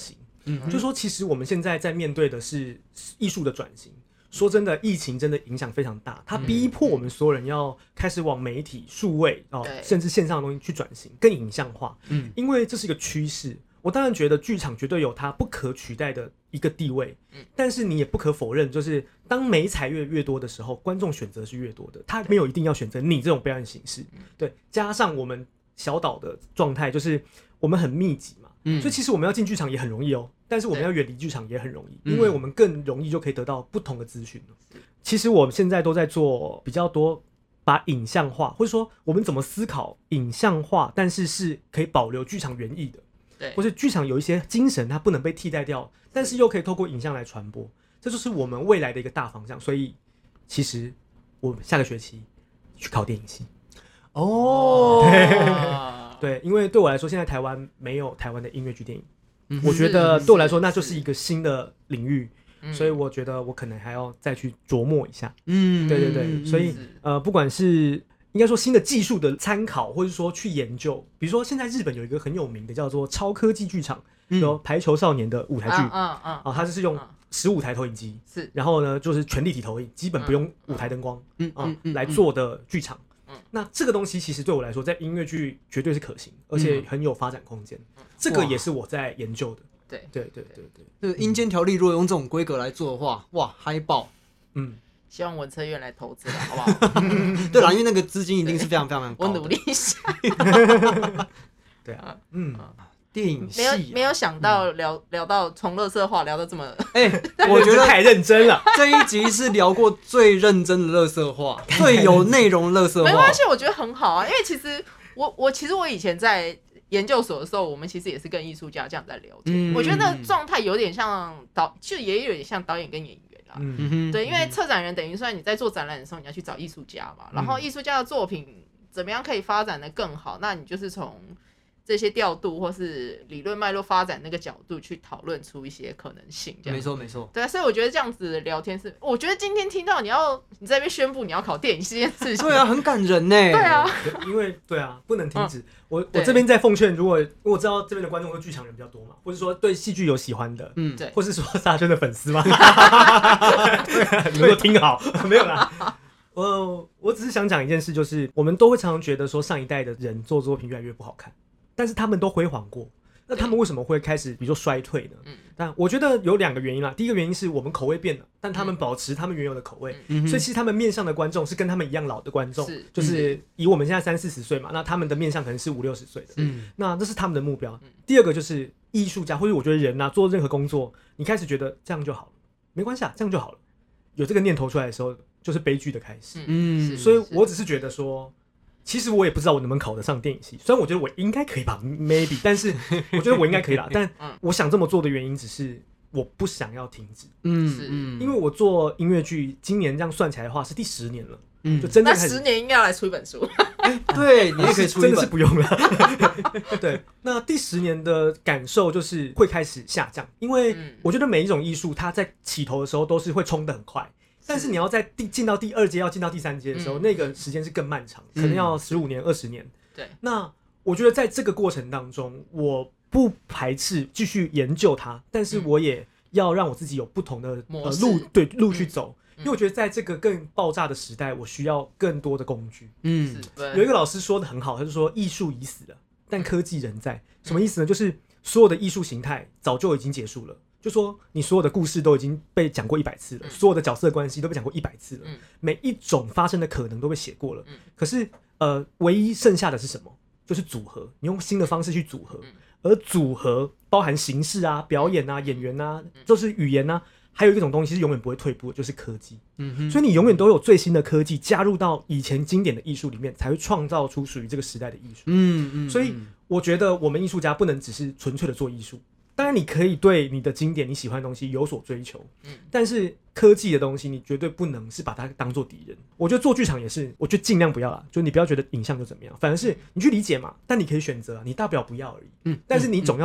嗯，就是说其实我们现在在面对的是艺术的转型。说真的，疫情真的影响非常大，它逼迫我们所有人要开始往媒体、数位哦，甚至线上的东西去转型，更影像化。嗯，因为这是一个趋势。我当然觉得剧场绝对有它不可取代的一个地位，嗯，但是你也不可否认，就是当媒材越越多的时候，观众选择是越多的。他没有一定要选择你这种表演形式，对，加上我们小岛的状态，就是我们很密集嘛，嗯，所以其实我们要进剧场也很容易哦。但是我们要远离剧场也很容易，因为我们更容易就可以得到不同的资讯。其实我们现在都在做比较多把影像化，或者说我们怎么思考影像化，但是是可以保留剧场原意的，对，或是剧场有一些精神它不能被替代掉，但是又可以透过影像来传播，这就是我们未来的一个大方向。所以其实我下个学期去考电影系。哦，对，对，因为对我来说，现在台湾没有台湾的音乐剧电影。我觉得对我来说，那就是一个新的领域，所以我觉得我可能还要再去琢磨一下。嗯，对对对，所以呃，不管是应该说新的技术的参考，或者说去研究，比如说现在日本有一个很有名的叫做超科技剧场，有《排球少年》的舞台剧，嗯嗯，啊，它就是用十五台投影机，是，然后呢就是全立体投影，基本不用舞台灯光，嗯啊来做的剧场。那这个东西其实对我来说，在音乐剧绝对是可行，而且很有发展空间。嗯、这个也是我在研究的。对对对对对， 这个阴间条例如果用这种规格来做的话，哇，嗨爆！ 嗯，希望文策院来投资了，好不好？ 对啦，因为那个资金一定是非常非常高的。 我努力一下。 对啊，嗯。 电影系、 啊、没有没有想到聊、嗯、聊到从垃圾话聊到这么， 哎、欸，我觉得太认真了。 这一集是聊过最认真的垃圾话，最有内容垃圾话。 没关系，我觉得很好啊，因为其实我我其实我以前在研究所的时候，我们其实也是跟艺术家这样在聊天。嗯、我觉得那个状态有点像导，就也有点像导演跟演员啦。嗯、对，因为策展人等于说你在做展览的时候，你要去找艺术家嘛，然后艺术家的作品怎么样可以发展得更好，那你就是从这些调度或是理论脉络发展那个角度去讨论出一些可能性，这样没错没错。 对啊，所以我觉得这样子的聊天是，我觉得今天听到你要你在那边宣布你要考电影这件事情， 对啊，很感人呢。 对啊， 因为对啊，不能停止。嗯、我我这边在奉劝，如果我知道这边的观众是剧场人比较多嘛，或者说对戏剧有喜欢的，嗯，对，或是说沙宣的粉丝嘛，对啊，你们都听好，没有啦。我我只是想讲一件事，就是我们都会常常觉得说上一代的人做作品越来越不好看。但是他们都辉煌过，那他们为什么会开始比如说衰退呢？嗯、但我觉得有两个原因啦。第一个原因是我们口味变了，但他们保持他们原有的口味，嗯、所以其实他们面向的观众是跟他们一样老的观众，是就是以我们现在三四十岁嘛，那他们的面向可能是五六十岁的，嗯、那这是他们的目标。嗯、第二个就是艺术家或者我觉得人啊，做任何工作，你开始觉得这样就好了，没关系啊，这样就好了。有这个念头出来的时候，就是悲剧的开始。嗯，所以我只是觉得说。其实我也不知道我能不能考得上电影系，虽然我觉得我应该可以吧 ，maybe， 但是我觉得我应该可以啦。但我想这么做的原因只是我不想要停止，嗯，因为我做音乐剧，今年这样算起来的话是第十年了，嗯，就真的那十年应该要来出一本书， 欸、对你也可以出一本， 真的是不用了。对，那第十年的感受就是会开始下降，因为我觉得每一种艺术它在起头的时候都是会冲得很快。但是你要在第进到第二阶，要进到第三阶的时候，嗯、那个时间是更漫长，嗯、可能要十五年、二十年。对，那我觉得在这个过程当中，我不排斥继续研究它，但是我也要让我自己有不同的、呃、路，对路去走。嗯、因为我觉得在这个更爆炸的时代，我需要更多的工具。嗯，有一个老师说的很好，他就说艺术已死了，但科技仍在。什么意思呢？就是所有的艺术形态早就已经结束了。就说你所有的故事都已经被讲过一百次了，嗯、所有的角色关系都被讲过一百次了，嗯、每一种发生的可能都被写过了。嗯、可是，呃，唯一剩下的是什么？就是组合。你用新的方式去组合，嗯、而组合包含形式啊、表演啊、演员啊，就是语言啊，还有一种东西是永远不会退步的，就是科技。嗯、所以你永远都有最新的科技加入到以前经典的艺术里面，才会创造出属于这个时代的艺术。嗯嗯。所以我觉得我们艺术家不能只是纯粹的做艺术。当然，你可以对你的经典、你喜欢的东西有所追求，嗯、但是科技的东西，你绝对不能是把它当做敌人。我觉得做剧场也是，我觉得尽量不要啦，就你不要觉得影像就怎么样，反而是你去理解嘛。但你可以选择，你大不了不要而已。嗯，但是你总要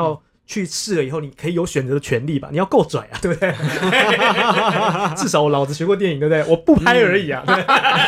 去试了以后，你可以有选择的权利吧？你要够拽啊，对不对？至少我老子学过电影，对不对？我不拍而已啊，对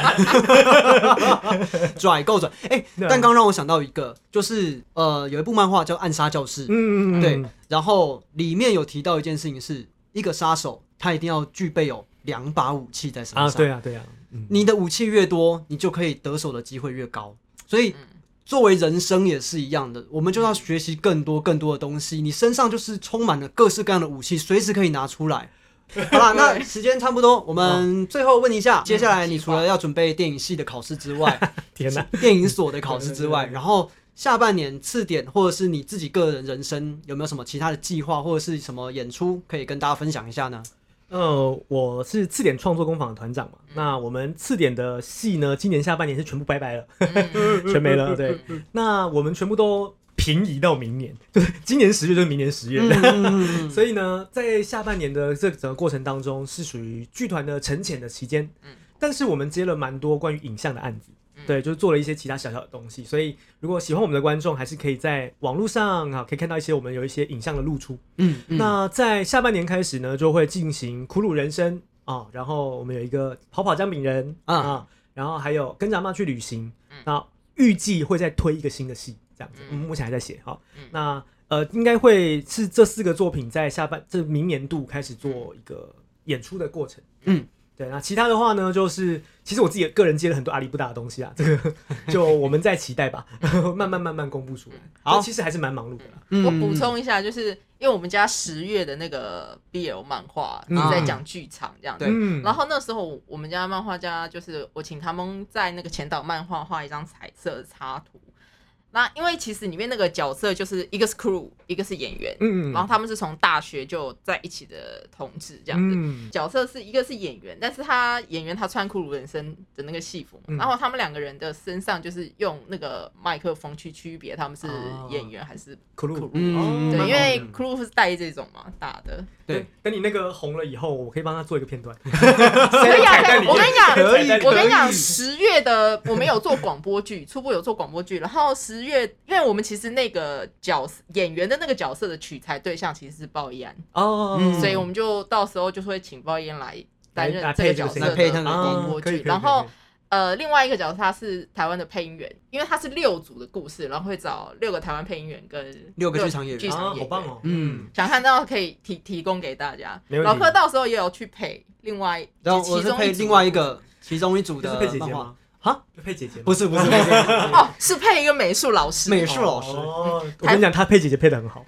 拽够拽。哎、欸，但刚让我想到一个，就是呃，有一部漫画叫《暗杀教室》， 嗯嗯嗯， 对，然后里面有提到一件事情是，一个杀手他一定要具备有两把武器在身上。 啊，对啊，对啊， 嗯、你的武器越多，你就可以得手的机会越高。所以。作为人生也是一样的，我们就要学习更多更多的东西。你身上就是充满了各式各样的武器，随时可以拿出来。好啦，那时间差不多，我们最后问一下，接下来你除了要准备电影系的考试之外， 天哪， 电影所的考试之外，然后下半年次点或者是你自己个人人生有没有什么其他的计划，或者是什么演出可以跟大家分享一下呢？ 呃，我是次点创作工坊的团长嘛，嗯、那我们次点的戏呢，今年下半年是全部拜拜了，嗯、全没了。对，那我们全部都平移到明年，就是今年十月就是明年十月。嗯、所以呢，在下半年的这整个过程当中，是属于剧团的沉潜的期间。嗯、但是我们接了蛮多关于影像的案子。对，就是做了一些其他小小的东西，所以如果喜欢我们的观众，还是可以在网络上啊，可以看到一些我们有一些影像的露出。嗯，嗯那在下半年开始呢，就会进行苦鲁人生啊，然后我们有一个跑跑姜饼人啊，啊然后还有跟着阿嬷去旅行。那预计会再推一个新的戏，这样子，我们目前还在写哈。那呃，应该会是这四个作品在下半这明年度开始做一个演出的过程。嗯。对，那其他的话呢，就是其实我自己个人接了很多阿里不达的东西啊，这个就我们再期待吧，慢慢慢慢公布出来。好，其实还是蛮忙碌的啦。 嗯、我补充一下，就是因为我们家十月的那个 B L 漫画一直在讲剧场这样子，嗯、然后那时候我们家漫画家就是我请他们在那个前导漫画画一张彩色的插图。那因为其实里面那个角色就是一个是 crew， 一个是演员，嗯，然后他们是从大学就在一起的同志这样子。嗯、角色是一个是演员，但是他演员他穿苦鲁人生的那个戏服嘛，嗯、然后他们两个人的身上就是用那个麦克风去区别他们是演员还是苦鲁。嗯、对，因为 crew 是带这种嘛大的。 对，等你那个红了以后，我可以帮他做一个片段。 可以啊，可以。我跟你讲，可以。我跟你讲，十月的我们有做广播剧，初步有做广播剧，然后十月，因为我们其实那个角演员的那个角色的取材对象其实是鲍一安哦，嗯、所以我们就到时候就会请鲍一安来担任这个角色的广播剧，然后。呃，另外一个角色他是台湾的配音员，因为他是六组的故事，然后会找六个台湾配音员跟六个剧场演员， 剧场演员， 好棒哦！ 嗯，想看到可以提提供给大家。老柯到时候也有去配另外， 然后我是配另外一个其中一组的漫画。 哈，配姐姐吗？ 不是不是不是哦，是配一个美术老师。 美术老师， 哦，我跟你讲，他配姐姐配得很好。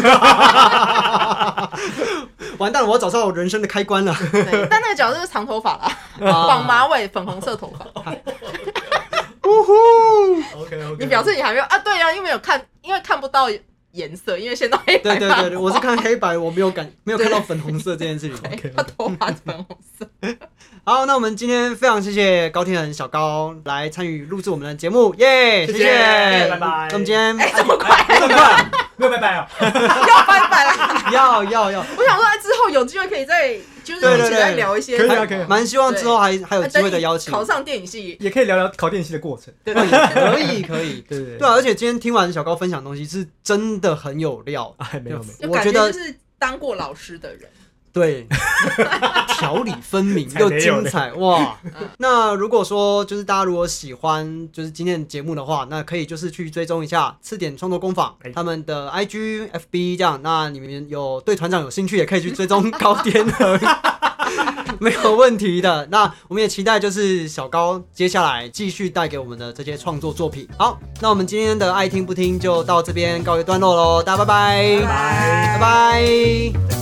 完蛋了，我要找到我人生的开关了。 对，但那个角色是长头发啦，绑马尾，粉红色头发。 呜呼 ，OK OK。 你表示你还没有啊？对啊，因为没有看，因为看不到颜色，因为现在黑白。 对对对对，我是看黑白，我没有感没有看到粉红色这件事情。 Okay, 他头发是粉红色。 好，那我们今天非常谢谢高天人小高来参与录制我们的节目，耶、yeah, ！谢谢， 拜拜。 那我们今天哎、欸，这么快， 这么快， 没有拜拜哦， 要拜拜啦！ 要要要！ 我想说，之后有机会可以再就是一起来聊一些， 可以啊可以。 蛮希望之后还还有机会的邀请， 考上电影系也可以聊聊考电影系的过程， 对，可以可以，对对对啊！而且今天听完小高分享的东西，是真的很有料， 哎，没有没有，我觉得就是当过老师的人。 对，条理分明又精彩哇！那如果说就是大家如果喜欢就是今天的节目的话，那可以就是去追踪一下次点创作工坊他们的 I G、F B 这样。那你们有对团长有兴趣，也可以去追踪高天和，没有问题的。那我们也期待就是小高接下来继续带给我们的这些创作作品。好，那我们今天的爱听不听就到这边告一段落喽，大家拜拜， 拜拜， 拜拜。